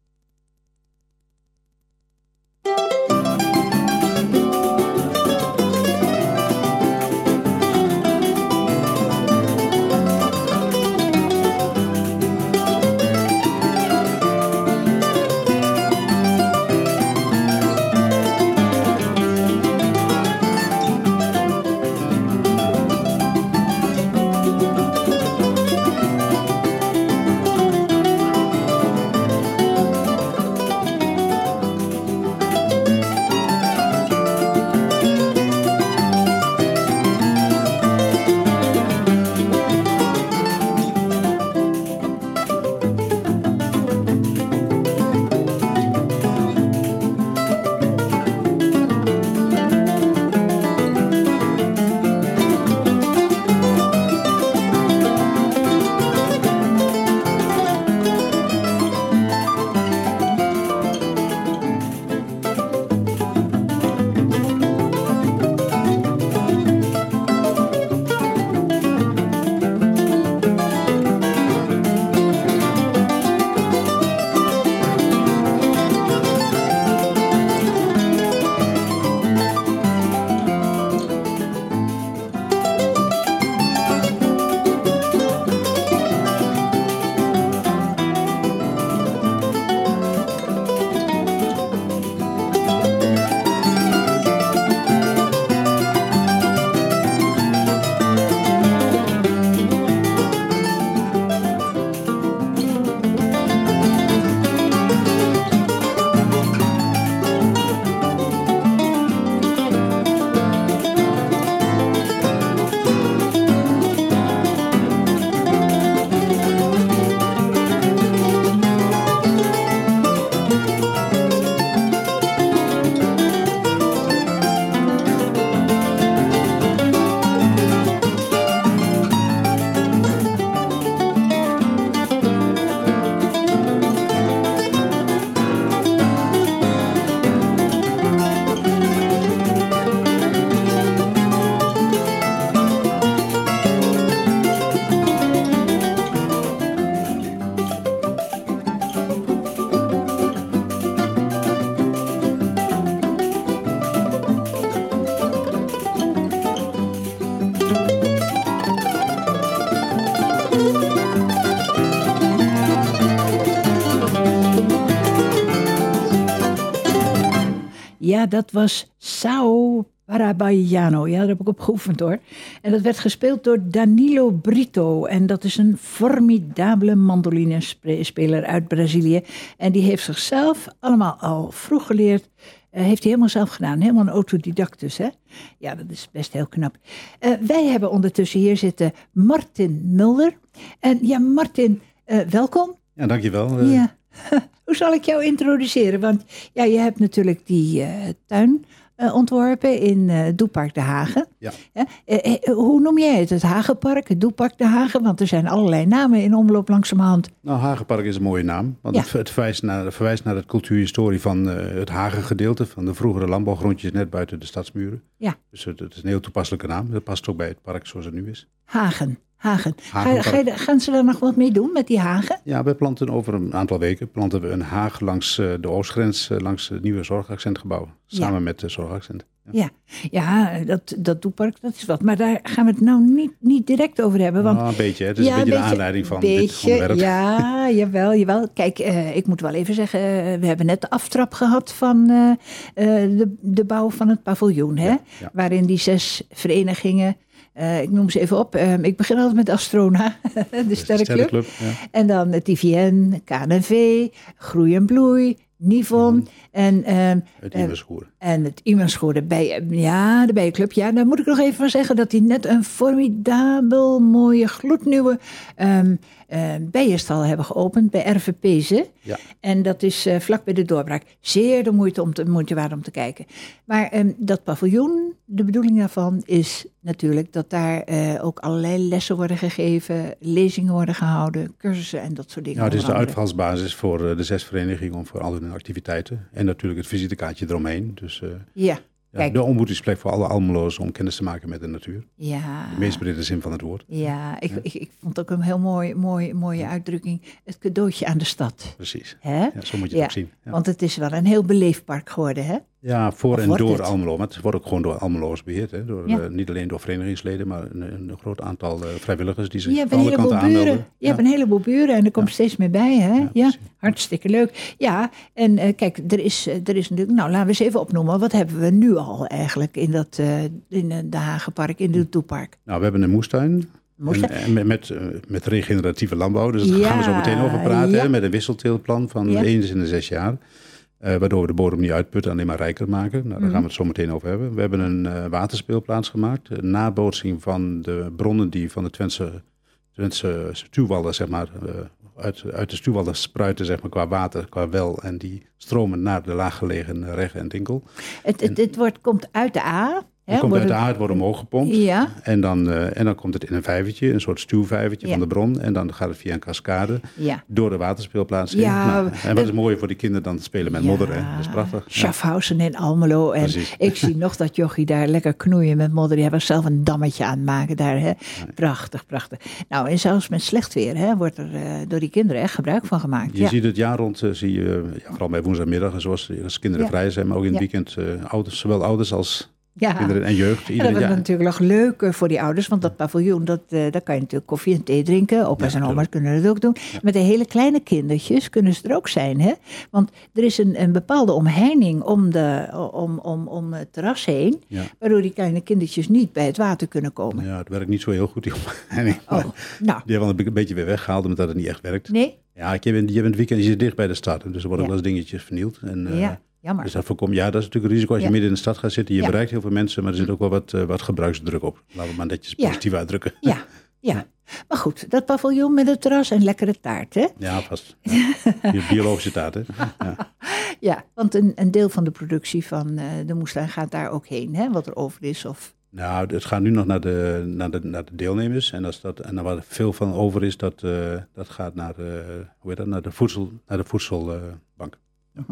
S1: ja, dat was Sao Parabagliano. Ja, daar heb ik op geoefend hoor. En dat werd gespeeld door Danilo Brito. En dat is een formidabele mandolinespeler uit Brazilië. En die heeft zichzelf allemaal al vroeg geleerd. Uh, heeft hij helemaal zelf gedaan. Helemaal een autodidactus, hè? Ja, dat is best heel knap. Uh, wij hebben ondertussen hier zitten Martin Mulder. En ja, Martin, uh, welkom.
S4: Ja, dankjewel. Uh...
S1: Ja. Hoe zal ik jou introduceren? Want ja, je hebt natuurlijk die uh, tuin uh, ontworpen in uh, Doepark De Hagen.
S4: Ja.
S1: Uh, uh, uh, hoe noem jij het? Het Hagenpark, het Doepark De Hagen? Want er zijn allerlei namen in omloop langzamerhand.
S4: Nou, Hagenpark is een mooie naam. Want
S1: Ja.
S4: het, het, verwijst naar, het verwijst naar het cultuurhistorie van uh, het Hagengedeelte. Van de vroegere landbouwgrondjes net buiten de stadsmuren.
S1: Ja.
S4: Dus het, het is een heel toepasselijke naam. Dat past ook bij het park zoals het nu is.
S1: Hagen. Hagen. Ga,
S4: Hagenpark.
S1: ga je, gaan ze daar nog wat mee doen met die hagen?
S4: Ja, wij planten over een aantal weken planten we een haag langs uh, de oostgrens, uh, langs het nieuwe zorgaccentgebouw. Samen
S1: Ja.
S4: met de zorgaccent. Ja.
S1: Ja, ja dat, dat Doepark, dat is wat. Maar daar gaan we het nou niet, niet direct over hebben. Want
S4: Nou, een beetje, hè. Het is
S1: ja,
S4: een beetje de
S1: beetje-
S4: aanleiding van
S1: beetje,
S4: dit onderwerp.
S1: Ja, jawel, jawel. Kijk, uh, ik moet wel even zeggen, uh, we hebben net de aftrap gehad van uh, uh, de, de bouw van het paviljoen. Hè?
S4: Ja, ja.
S1: Waarin die zes verenigingen, uh, ik noem ze even op. Uh, ik begin altijd met Astrona, de
S4: Dus
S1: sterrenclub.
S4: sterrenclub, ja.
S1: En dan het I V N, K N V, Groei en Bloei, Nivon
S4: Mhm.
S1: en... um,
S4: Het
S1: Eh,
S4: Imerschoer.
S1: En het Imerschoor, de bij, ja, de bijenclub. Ja, daar moet ik nog even van zeggen dat hij net een formidabel mooie, gloednieuwe um, uh, bijenstal hebben geopend bij R V P'zen.
S4: Ja.
S1: En dat is uh, vlak bij de doorbraak. Zeer de moeite, om te, moeite waard om te kijken. Maar um, dat paviljoen, de bedoeling daarvan is natuurlijk dat daar uh, ook allerlei lessen worden gegeven, lezingen worden gehouden, cursussen en dat soort dingen.
S4: Ja, het is de
S1: onder andere.
S4: uitvalsbasis voor uh, de zes verenigingen om voor al hun activiteiten. En natuurlijk het visitekaartje eromheen. Dus uh,
S1: Ja,
S4: ja,
S1: kijk.
S4: de ontmoetingsplek voor alle Almelozen om kennis te maken met de natuur.
S1: ja.
S4: De meest brede zin van het woord.
S1: Ja, ik,
S4: Ja.
S1: ik, ik vond het ook een heel mooi, mooi, mooie uitdrukking. Het cadeautje aan de stad.
S4: Precies.
S1: Hè?
S4: Ja, zo moet je het
S1: Ja,
S4: ook zien. Ja,
S1: Want het is wel een heel beleefd park geworden, hè?
S4: ja voor
S1: Of
S4: en
S1: wordt
S4: door
S1: het?
S4: Almelo. Maar het wordt ook gewoon door Almeloers beheerd. Hè? Door,
S1: Ja.
S4: uh, niet alleen door verenigingsleden, maar een, een groot aantal uh, vrijwilligers die zich
S1: Je hebt
S4: van
S1: een
S4: alle
S1: heleboel
S4: kanten
S1: buren.
S4: aanmelden.
S1: Je hebt een heleboel buren en er komt
S4: Ja.
S1: steeds meer bij, hè? Ja,
S4: precies.
S1: hartstikke leuk. Ja, en uh, kijk, er is, uh, er is natuurlijk... Nou, laten we eens even opnoemen. Wat hebben we nu al eigenlijk in, dat, uh, in uh, de Hagenpark, in de Toepark?
S4: Nou, we hebben een moestuin.
S1: Moestuin?
S4: En, en met, met, uh, met regeneratieve landbouw. Dus daar
S1: Ja,
S4: gaan we zo meteen over praten.
S1: ja.
S4: Hè? Met een wisselteeltplan van
S1: Ja.
S4: eens in de zes jaar. Uh, waardoor we de bodem niet uitputten, alleen maar rijker maken. Nou, daar
S1: Mhm.
S4: gaan we het zo meteen over hebben. We hebben een uh, waterspeelplaats gemaakt. Een nabootsing van de bronnen die van de Twentse, Twentse stuwwallen, zeg maar, uh, uit, uit de stuwwallen spruiten, zeg maar, qua water, qua wel. En die stromen naar de laaggelegen Regge en Dinkel.
S1: Het, het, het wordt, komt uit de A.
S4: Die
S1: hè,
S4: komt uit
S1: wordt
S4: de
S1: het-
S4: aard, wordt omhoog gepompt.
S1: Ja,
S4: En dan, uh, en dan komt het in een vijvertje, een soort stuwvijvertje
S1: Ja.
S4: van de bron. En dan gaat het via een cascade
S1: ja.
S4: door de waterspeelplaats heen.
S1: Ja,
S4: Nou, en wat
S1: dat-
S4: is mooi voor die kinderen dan te spelen met
S1: Ja.
S4: modder. Hè? Dat is prachtig. Ja.
S1: Schaffhausen en Almelo. En
S4: Precies.
S1: ik zie nog dat jochie daar lekker knoeien met modder. Die hebben zelf een dammetje aan het maken daar. Hè? Prachtig, prachtig. Nou, en zelfs met slecht weer hè, wordt er uh, door die kinderen echt gebruik van gemaakt.
S4: Je
S1: ja.
S4: ziet het jaar rond, uh, zie je, uh, ja, vooral bij woensdagmiddag, en zoals als kinderen
S1: Ja.
S4: vrij zijn, maar ook in het
S1: Ja.
S4: weekend, uh, ouders, zowel ouders als
S1: ja.
S4: kinderen en jeugd.
S1: En dat
S4: Iedereen,
S1: is
S4: ja,
S1: natuurlijk nog leuk uh, voor die ouders. Want dat paviljoen, dat, uh, daar kan je natuurlijk koffie en thee drinken. Opa's
S4: Ja,
S1: en oma's
S4: tuurlijk.
S1: kunnen dat ook doen. Met de hele kleine kindertjes kunnen ze er ook zijn. Hè? Want er is een, een bepaalde omheining om, de, om, om, om het terras heen.
S4: ja,
S1: Waardoor die kleine kindertjes niet bij het water kunnen komen.
S4: ja, het werkt niet zo heel goed. Die omheining.
S1: Oh, nou,
S4: Die hebben we een beetje weer weggehaald, omdat het niet echt werkt.
S1: nee?
S4: Ja, je bent, je bent weekend, je zit dicht bij de stad, dus er worden
S1: Ja.
S4: ook wel eens dingetjes vernield. En, uh,
S1: Ja, jammer.
S4: Dus dat voorkomt, ja, dat is natuurlijk een risico als je
S1: Ja.
S4: midden in de stad gaat zitten. Je
S1: Ja.
S4: bereikt heel veel mensen, maar er zit ook wel wat, uh, wat gebruiksdruk op. Laten we het maar netjes
S1: Ja.
S4: positief uitdrukken.
S1: Ja, ja. Maar goed, dat paviljoen met het terras en lekkere taart, hè?
S4: Ja, vast. Ja. Bi- Biologische taart, hè? Ja.
S1: Ja, want een, een deel van de productie van uh, de moestuin gaat daar ook heen, hè? Wat er over is. Of...
S4: Nou, het gaat nu nog naar de, naar de, naar de deelnemers. En, als dat, en dan waar er veel van over is, dat, uh, dat gaat naar, uh, hoe heet dat? naar de, voedsel, naar de voedselbank.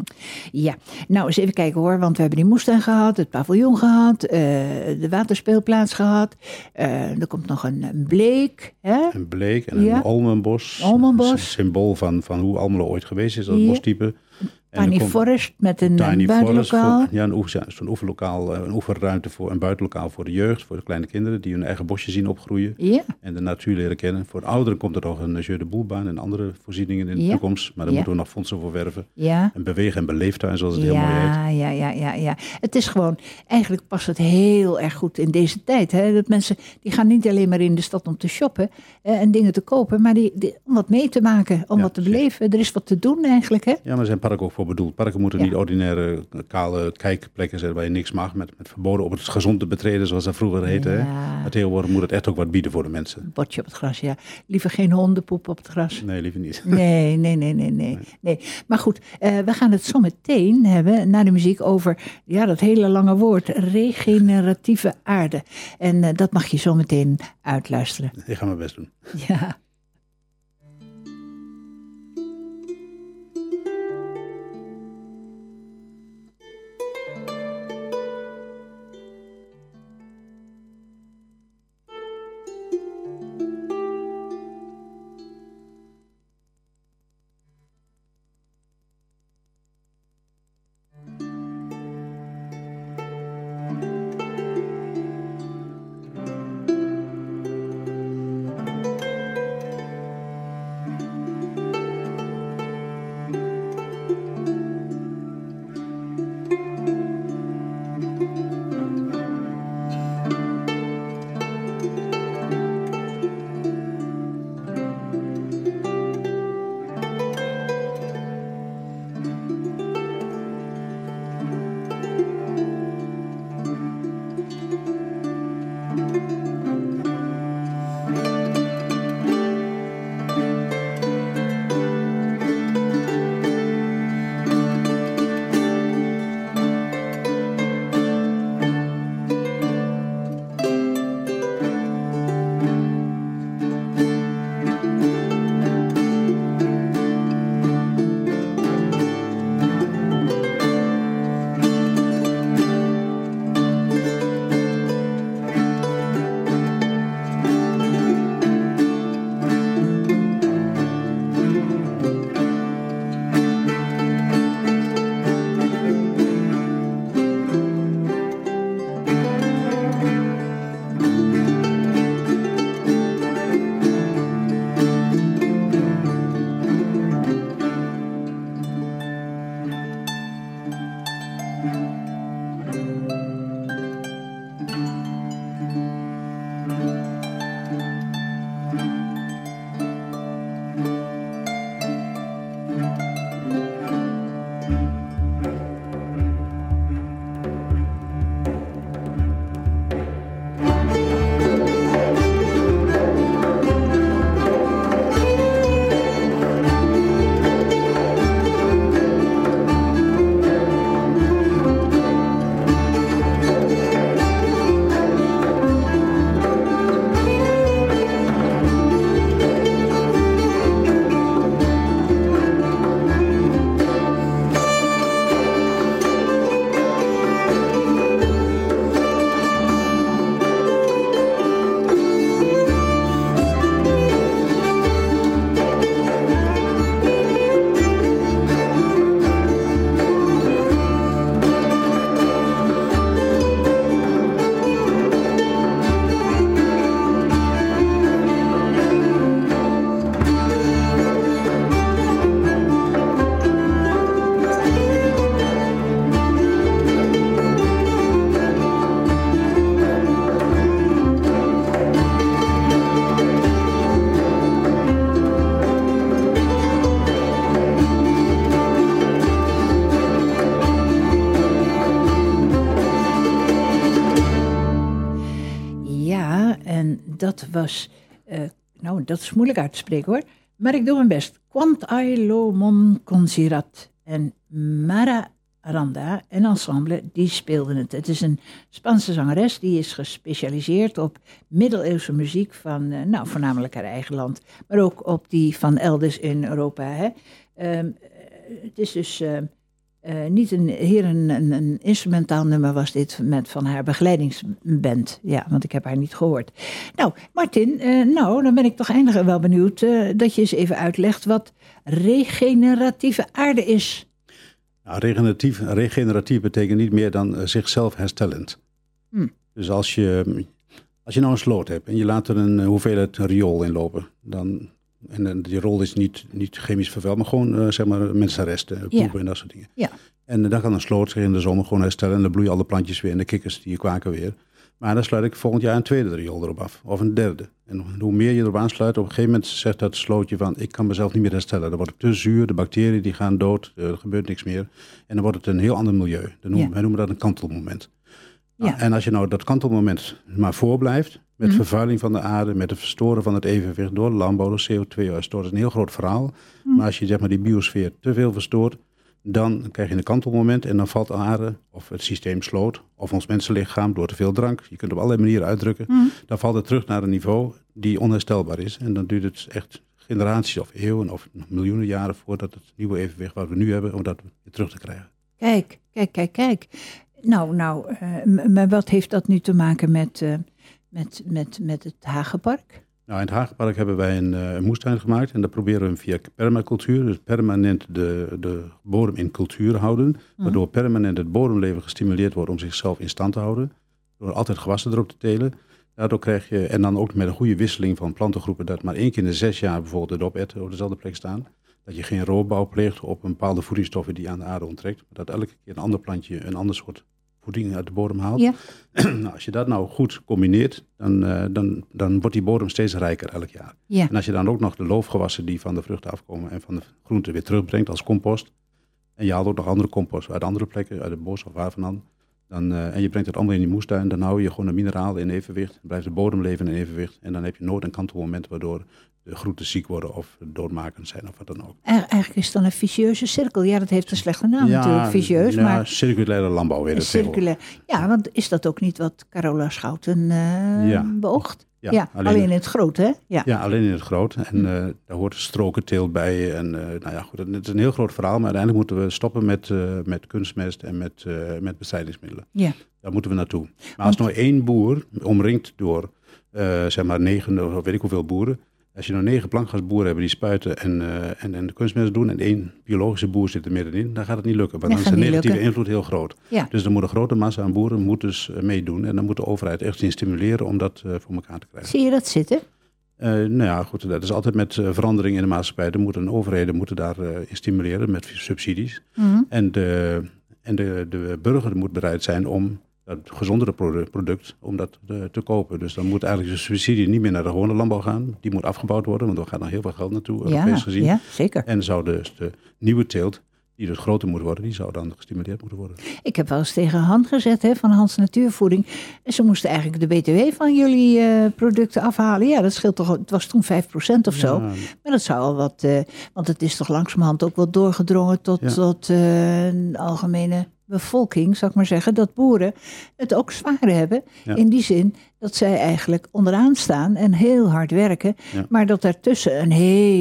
S1: Ja, nou eens even kijken hoor, want we hebben die moestuin gehad, het paviljoen gehad, uh, de waterspeelplaats gehad. Uh, er komt nog een, een bleek, hè?
S4: Een bleek en
S1: Ja.
S4: een almenbos.
S1: Almenbos.
S4: Een symbool van, van hoe Almelo ooit geweest is, dat
S1: Ja.
S4: bostype.
S1: Tiny Forest met een
S4: Tiny
S1: buitenlokaal.
S4: Forest, voor, ja, een oefen, zo'n oefenlokaal, een oefenruimte voor een buitenlokaal voor de jeugd, voor de kleine kinderen die hun eigen bosje zien opgroeien
S1: Ja.
S4: en de natuur leren kennen. Voor de ouderen komt er nog een Jeu de Boelbaan en andere voorzieningen in de
S1: Ja.
S4: toekomst, maar daar
S1: Ja.
S4: moeten we nog fondsen voor werven.
S1: Ja.
S4: Een beweeg- en beleeftuin, zoals het heel mooi heet.
S1: Ja, ja, ja, ja, ja. Het is gewoon, eigenlijk past het heel erg goed in deze tijd. Hè? Dat mensen, die gaan niet alleen maar in de stad om te shoppen eh, en dingen te kopen, maar die, die, om wat mee te maken, om
S4: Ja,
S1: wat te
S4: precies.
S1: beleven. Er is wat te doen eigenlijk, hè?
S4: Ja, maar er zijn parken ook voor bedoeld. Parken moeten
S1: Ja.
S4: niet ordinaire, kale kijkplekken zijn waar je niks mag, met, met verboden op het gezond te betreden, zoals dat vroeger heette. Hè?
S1: Ja.
S4: Maar tegenwoordig moet het echt ook wat bieden voor de mensen.
S1: Botje op het gras, ja. Liever geen hondenpoep op het gras.
S4: Nee, liever niet.
S1: Nee, nee, nee, nee, nee. nee. Maar goed, uh, we gaan het zo meteen hebben, na de muziek, over ja, dat hele lange woord, regeneratieve aarde. En uh, dat mag je zo meteen uitluisteren.
S4: Ik ga mijn best doen.
S1: Ja. dat was, uh, nou dat is moeilijk uit te spreken hoor, maar ik doe mijn best. Quant ai lo mon consirat en Mara Aranda en ensemble, die speelden het. Het is een Spaanse zangeres, die is gespecialiseerd op middeleeuwse muziek van, uh, nou voornamelijk haar eigen land, maar ook op die van elders in Europa. Hè. Uh, het is dus uh, uh, niet een, hier een, een, een instrumentaal nummer was dit met van haar begeleidingsband. Ja, want ik heb haar niet gehoord. Nou, Martin, uh, nou, dan ben ik toch eindig wel benieuwd uh, dat je eens even uitlegt wat regeneratieve aarde is.
S4: Nou, regeneratief, regeneratief betekent niet meer dan uh, zichzelf herstellend. Hm. Dus als je, als je nou een sloot hebt en je laat er een hoeveelheid riool in lopen, dan, en die riool is niet, niet chemisch vervuild, maar gewoon uh, zeg maar mensenresten, poepen ja. en dat soort dingen. Ja. En uh, dan kan een sloot zich in de zomer gewoon herstellen en dan bloeien alle plantjes weer en de kikkers die kwaken weer. Maar dan sluit ik volgend jaar een tweede riool erop af, of een derde. En hoe meer je erop aansluit, op een gegeven moment zegt dat slootje van, ik kan mezelf niet meer herstellen. Dan wordt het te zuur, de bacteriën die gaan dood, er gebeurt niks meer. En dan wordt het een heel ander milieu. Dan noemen, ja. Wij noemen dat een kantelmoment. Nou, ja. En als je nou dat kantelmoment maar voorblijft, met mm-hmm. vervuiling van de aarde, met het verstoren van het evenwicht door landbouw, door C O twee uitstoot, dat is een heel groot verhaal. Mm-hmm. Maar als je zeg maar, die biosfeer te veel verstoort, dan krijg je een kantelmoment en dan valt de aarde of het systeem sloot of ons mensenlichaam door te veel drank. Je kunt op allerlei manieren uitdrukken. Mm. Dan valt het terug naar een niveau die onherstelbaar is. En dan duurt het echt generaties of eeuwen of miljoenen jaren voordat het nieuwe evenwicht wat we nu hebben, om dat weer terug te krijgen.
S1: Kijk, kijk, kijk, kijk. Nou, nou, uh, maar wat heeft dat nu te maken met, uh, met, met, met het Hagenpark?
S4: Nou, in het Hagenpark hebben wij een, uh, een moestuin gemaakt en dat proberen we via permacultuur, dus permanent de, de bodem in cultuur houden, waardoor mm. permanent het bodemleven gestimuleerd wordt om zichzelf in stand te houden, door altijd gewassen erop te telen. Daardoor krijg je, en dan ook met een goede wisseling van plantengroepen, dat maar één keer in de zes jaar bijvoorbeeld de doperwten op dezelfde plek staan, dat je geen roofbouw pleegt op een bepaalde voedingsstoffen die aan de aarde onttrekt, maar dat elke keer een ander plantje een ander soort voeding uit de bodem haalt. Ja. Nou, als je dat nou goed combineert, dan, uh, dan, dan wordt die bodem steeds rijker elk jaar. Ja. En als je dan ook nog de loofgewassen die van de vruchten afkomen en van de groenten weer terugbrengt als compost, en je haalt ook nog andere compost uit andere plekken, uit het bos of waar vandaan, dan, uh, en je brengt het allemaal in die moestuin, dan hou je gewoon de mineralen in evenwicht, dan blijft de bodemleven in evenwicht en dan heb je nooit een kantelmoment waardoor de groenten ziek worden of doodmakend zijn of wat dan ook.
S1: Eigenlijk is het dan een vicieuze cirkel. Ja, dat heeft een slechte naam ja, natuurlijk, vicieus.
S4: Ja,
S1: maar
S4: circulaire landbouw weer.
S1: Circulair. Ja, want is dat ook niet wat Carola Schouten uh, ja. beoogt? Ja, ja alleen, alleen in het groot, hè? Ja,
S4: ja alleen in het groot. En uh, daar hoort strokenteelt bij. En uh, nou ja, goed, het is een heel groot verhaal, maar uiteindelijk moeten we stoppen met, uh, met kunstmest en met, uh, met bestrijdingsmiddelen. Ja. Daar moeten we naartoe. Maar want, als nou één boer, omringd door uh, zeg maar negen of weet ik hoeveel boeren, als je nou negen plankgasboeren hebben die spuiten en, uh, en, en de kunstmest doen en één biologische boer zit er middenin, dan gaat het niet lukken. Want dan is de negatieve lukken. invloed heel groot. Ja. Dus dan moet een grote massa aan boeren moet dus uh, meedoen. En dan moet de overheid echt in stimuleren om dat uh, voor elkaar te krijgen.
S1: Zie je dat zitten?
S4: Uh, nou ja, goed, dat is altijd met uh, verandering in de maatschappij. De moeten, overheden moeten daar uh, in stimuleren met subsidies. Mm-hmm. En, de, en de, de burger moet bereid zijn om het gezondere product om dat te, te kopen. Dus dan moet eigenlijk de subsidie niet meer naar de gewone landbouw gaan. Die moet afgebouwd worden, want er gaat nog heel veel geld naartoe, Europees ja, gezien.
S1: Ja, zeker.
S4: En zou dus de nieuwe teelt, die dus groter moet worden, die zou dan gestimuleerd moeten worden.
S1: Ik heb wel eens tegen Han gezet, hè, van Hans Natuurvoeding. En ze moesten eigenlijk de B T W van jullie uh, producten afhalen. Ja, dat scheelt toch, het was toen vijf procent of ja. zo. Maar dat zou al wat, uh, want het is toch langzamerhand ook wel doorgedrongen tot, ja. tot uh, een algemene bevolking, zou ik maar zeggen, dat boeren het ook zwaar hebben. Ja. In die zin dat zij eigenlijk onderaan staan en heel hard werken. Ja. Maar dat daartussen een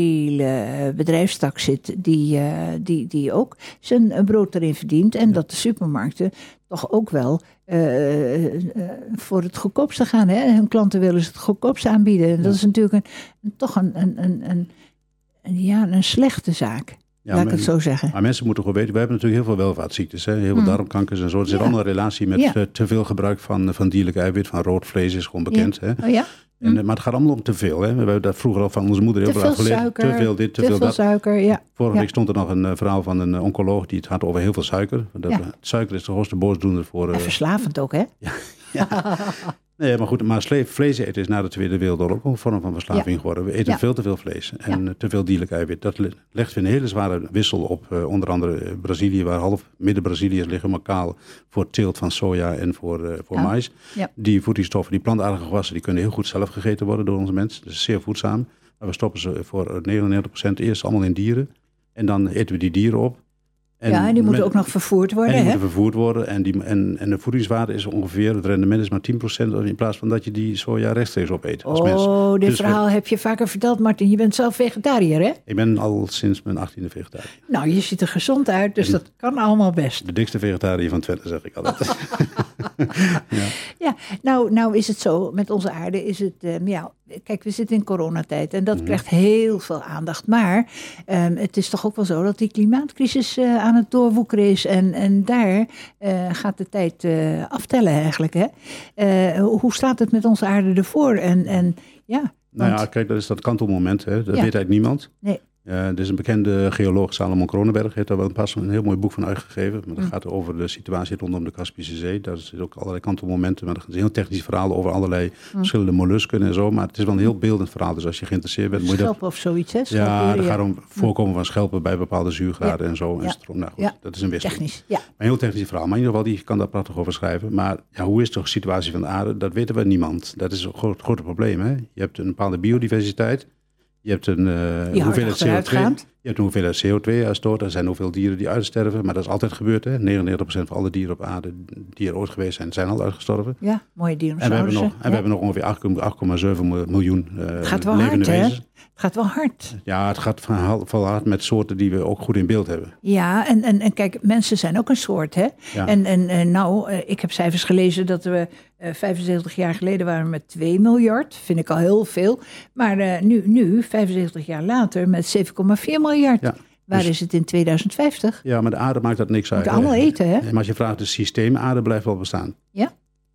S1: hele bedrijfstak zit die, uh, die, die ook zijn brood erin verdient. En ja. dat de supermarkten toch ook wel uh, uh, voor het goedkoopste gaan. Hè? Hun klanten willen ze het goedkoopste aanbieden. En dat ja. is natuurlijk een, een, toch een, een, een, een, een, ja, een slechte zaak. Ja, laat ik het zo zeggen.
S4: Maar mensen moeten gewoon weten, we hebben natuurlijk heel veel welvaartsziektes. Hè? Heel veel hmm. darmkankers en zo. Er zit ja. allemaal een relatie met ja. te veel gebruik van, van dierlijk eiwit. Van rood vlees is gewoon bekend. Ja. Hè? Oh, ja? En, hmm. Maar het gaat allemaal om te veel. Hè? We hebben dat vroeger al van onze moeder heel veel geleerd.
S1: Suiker,
S4: te veel dit, te,
S1: te
S4: veel
S1: veel
S4: dat.
S1: suiker, ja.
S4: Vorige
S1: ja.
S4: week stond er nog een uh, verhaal van een uh, oncoloog die het had over heel veel suiker. Dat, ja. uh, suiker is de grootste boosdoener voor... Uh,
S1: en verslavend ook, hè?
S4: Ja. ja. Nee, maar goed, maar vlees eten is na de Tweede Wereldoorlog ook een vorm van verslaving ja. geworden. We eten ja. veel te veel vlees en ja. te veel dierlijk eiwit. Dat legt weer een hele zware wissel op, uh, onder andere Brazilië, waar half midden-Brazilië liggen maar kaal voor teelt van soja en voor, uh, voor ja. mais. Ja. Die voedingsstoffen, die plantaardige gewassen, die kunnen heel goed zelf gegeten worden door onze mensen. Dat is zeer voedzaam. Maar we stoppen ze voor negenennegentig procent eerst allemaal in dieren. En dan eten we die dieren op.
S1: En ja, en die moeten met, ook nog vervoerd worden.
S4: En die
S1: hè?
S4: moeten vervoerd worden. En, die, en, en de voedingswaarde is ongeveer, het rendement is maar tien procent... in plaats van dat je die soja rechtstreeks opeet als mens.
S1: Oh, dit dus verhaal we, heb je vaker verteld, Martin. Je bent zelf vegetariër, hè?
S4: Ik ben al sinds mijn achttiende vegetariër.
S1: Nou, je ziet er gezond uit, dus en dat kan allemaal best.
S4: De dikste vegetariër van Twente, zeg ik altijd.
S1: ja, ja nou, nou is het zo, met onze aarde is het... Uh, ja, kijk, we zitten in coronatijd en dat mm-hmm. krijgt heel veel aandacht. Maar um, het is toch ook wel zo dat die klimaatcrisis uh, aan het doorwoekeren is. En, en daar uh, gaat de tijd uh, aftellen eigenlijk. Hè? Uh, hoe staat het met onze aarde ervoor? En, en, ja, want...
S4: Nou ja, kijk, dat is dat kantelmoment. Hè? Dat ja. weet eigenlijk niemand. Nee. Uh, er is een bekende geoloog, Salomon Kronenberg, heeft daar wel pas een heel mooi boek van uitgegeven. Maar dat mm. gaat over de situatie rondom de Kaspische Zee. Daar zitten ook allerlei kantelmomenten. Maar er is een heel technisch verhaal over allerlei mm. verschillende mollusken en zo. Maar het is wel een heel beeldend verhaal. Dus als je geïnteresseerd bent...
S1: Schelpen moet je dat... of zoiets, hè?
S4: Schelpen, ja, het gaat om voorkomen van schelpen bij bepaalde zuurgraden ja. en zo. En ja. stroom. Nou goed, ja. dat is een wisseling. Technisch, ja. Maar een heel technisch verhaal. Maar in ieder geval, die kan daar prachtig over schrijven. Maar ja, hoe is de situatie van de aarde? Dat weten we niemand. Dat is een groot, groot probleem, hè? Je hebt een bepaalde biodiversiteit. Je hebt een uh, hoeveelheid C O twee. Je hebt een hoeveelheid C O twee-uitstoot. Er zijn hoeveel dieren die uitsterven. Maar dat is altijd gebeurd. Hè? negenennegentig procent van alle dieren op aarde die er ooit geweest zijn, zijn al uitgestorven.
S1: Ja, mooie dinosaurissen.
S4: En we hebben nog, en
S1: ja.
S4: we hebben nog ongeveer acht komma zeven miljoen uh,
S1: het gaat wel
S4: levende
S1: hard,
S4: wezens.
S1: Hè? Het gaat wel hard.
S4: Ja, het gaat wel hard met soorten die we ook goed in beeld hebben.
S1: Ja, en, en, en kijk, mensen zijn ook een soort, hè? Ja. En, en, en nou, uh, ik heb cijfers gelezen dat we uh, vijfenzeventig jaar geleden waren met twee miljard. Vind ik al heel veel. Maar uh, nu, nu, vijfenzeventig jaar later, met zeven komma vier miljard. Ja. Waar dus, is het in tweeduizend vijftig?
S4: Ja, maar de aarde maakt dat niks uit.
S1: We moeten allemaal eten, hè?
S4: Maar als je vraagt, het systeem aarde blijft wel bestaan.
S1: Ja?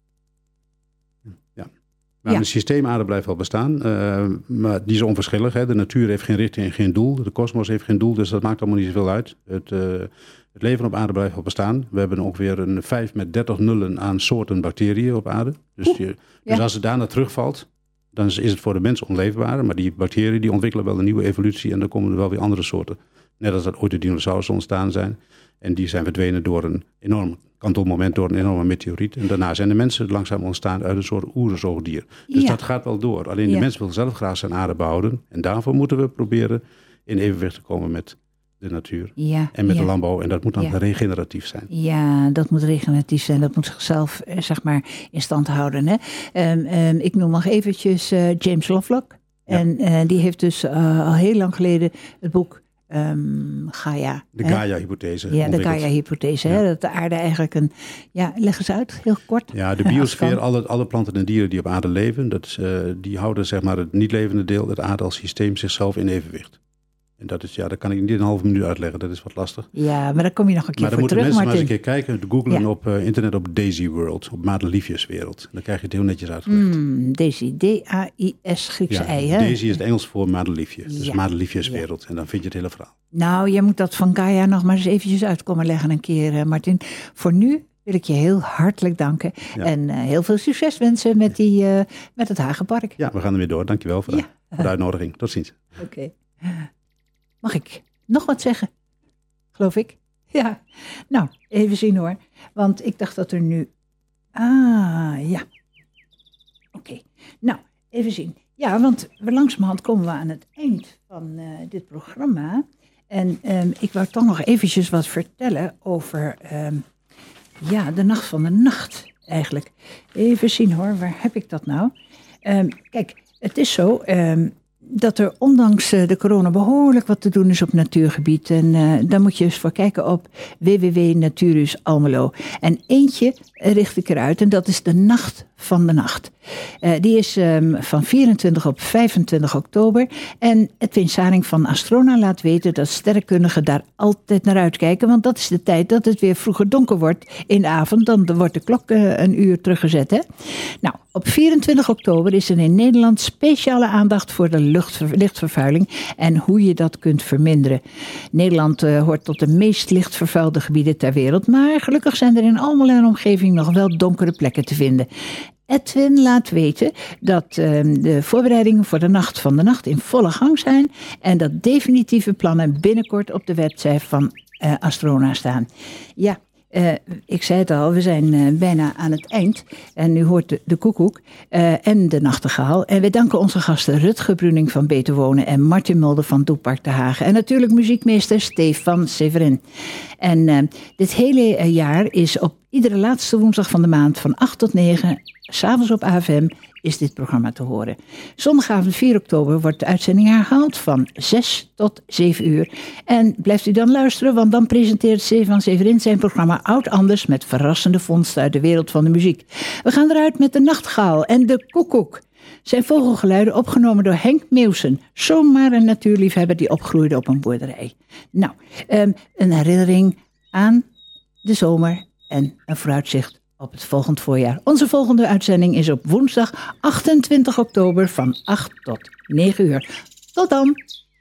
S4: Ja. Maar ja. Het systeem aarde blijft wel bestaan. Uh, maar die is onverschillig. Hè? De natuur heeft geen richting en geen doel. De kosmos heeft geen doel, dus dat maakt allemaal niet zoveel uit. Het, uh, het leven op aarde blijft wel bestaan. We hebben ongeveer een vijf met dertig nullen aan soorten bacteriën op aarde. Dus, die, dus ja. als het daarna terugvalt, dan is het voor de mens onleefbaar. Maar die bacteriën die ontwikkelen wel een nieuwe evolutie en dan komen er wel weer andere soorten. Net als dat ooit de dinosaurussen ontstaan zijn. En die zijn verdwenen door een enorm kantelmoment, door een enorme meteoriet. En daarna zijn de mensen langzaam ontstaan uit een soort oerzoogdier. Dus ja. dat gaat wel door. Alleen de ja. mens wil zelf graag zijn aarde behouden. En daarvoor moeten we proberen in evenwicht te komen met de natuur.
S1: Ja,
S4: en met
S1: ja.
S4: de landbouw. En dat moet dan
S1: ja.
S4: regeneratief zijn.
S1: Ja, dat moet regeneratief zijn. Dat moet zichzelf, zeg maar, in stand houden. Hè? Um, um, ik noem nog eventjes uh, James Lovelock. Ja. En uh, die heeft dus uh, al heel lang geleden het boek Um, Gaia.
S4: De Gaia-hypothese.
S1: Ja, de Gaia-hypothese. Ja. Dat de aarde eigenlijk een... Ja, leg eens uit, heel kort.
S4: Ja, de biosfeer, alle, alle planten en dieren die op aarde leven, dat is, uh, die houden zeg maar het niet levende deel, het aarde als systeem, zichzelf in evenwicht. En dat is, ja, dat kan ik niet in een halve minuut uitleggen, dat is wat lastig.
S1: Ja, maar daar kom je nog een keer
S4: maar
S1: voor terug,
S4: Martin. Maar dan moeten
S1: mensen
S4: maar eens een keer kijken, googlen ja. op uh, internet op Daisy World, op Madeliefjeswereld. Dan krijg je het heel netjes uitgelegd.
S1: Mm, Daisy, D A I S, Griekse
S4: ja,
S1: I, hè?
S4: Daisy is het Engels voor Madeliefje, dus ja. Madeliefjeswereld. Ja. En dan vind je het hele verhaal.
S1: Nou, jij moet dat van Gaia nog maar eens eventjes uitkomen leggen een keer, uh, Martin. Voor nu wil ik je heel hartelijk danken. Ja. En uh, heel veel succes wensen met, die, uh, met het Hagenpark.
S4: Ja, we gaan ermee door. Dankjewel voor, ja. de, voor de uitnodiging. Tot ziens.
S1: Oké. Okay. Mag ik nog wat zeggen? Geloof ik. Ja. Nou, even zien hoor. Want ik dacht dat er nu... Ah, ja. Oké. Okay. Nou, even zien. Ja, want we langzamerhand komen we aan het eind van uh, dit programma. En um, ik wou toch nog eventjes wat vertellen over... Um, ja, de nacht van de nacht eigenlijk. Even zien hoor, waar heb ik dat nou? Um, kijk, het is zo... Um, dat er ondanks de corona behoorlijk wat te doen is op natuurgebied. En uh, daar moet je eens voor kijken op w w w punt naturus almelo. En eentje richt ik eruit en dat is de Nacht van de Nacht. Uh, die is um, van vierentwintig op vijfentwintig oktober. En Edwin Saring van Astrona laat weten dat sterrenkundigen daar altijd naar uitkijken. Want dat is de tijd dat het weer vroeger donker wordt in de avond. Dan wordt de klok uh, een uur teruggezet. Hè? Nou, op vierentwintig oktober is er in Nederland speciale aandacht voor de luchtver- lichtvervuiling en hoe je dat kunt verminderen. Nederland uh, hoort tot de meest lichtvervuilde gebieden ter wereld, maar gelukkig zijn er in Almelo en omgeving nog wel donkere plekken te vinden. Edwin laat weten dat uh, de voorbereidingen voor de Nacht van de Nacht in volle gang zijn en dat definitieve plannen binnenkort op de website van uh, Astrona staan. Ja. Uh, ik zei het al, we zijn uh, bijna aan het eind. En u hoort de, de koekoek uh, en de nachtegaal. En we danken onze gasten Rutger Bruning van Beter Wonen en Martin Mulder van Doepark de Hagen. En natuurlijk muziekmeester Stefan Severin. En uh, dit hele uh, jaar is op iedere laatste woensdag van de maand van acht tot negen, 's avonds op A F M, is dit programma te horen. Zondagavond vier oktober wordt de uitzending herhaald van zes tot zeven uur. En blijft u dan luisteren, want dan presenteert Stefan Severin zijn programma Oud Anders met verrassende vondsten uit de wereld van de muziek. We gaan eruit met de nachtegaal en de koekoek. zijn vogelgeluiden opgenomen door Henk Meeuwsen. Zomaar een natuurliefhebber die opgroeide op een boerderij. Nou, um, een herinnering aan de zomer en een vooruitzicht op het volgend voorjaar. Onze volgende uitzending is op woensdag achtentwintig oktober van acht tot negen uur. Tot dan!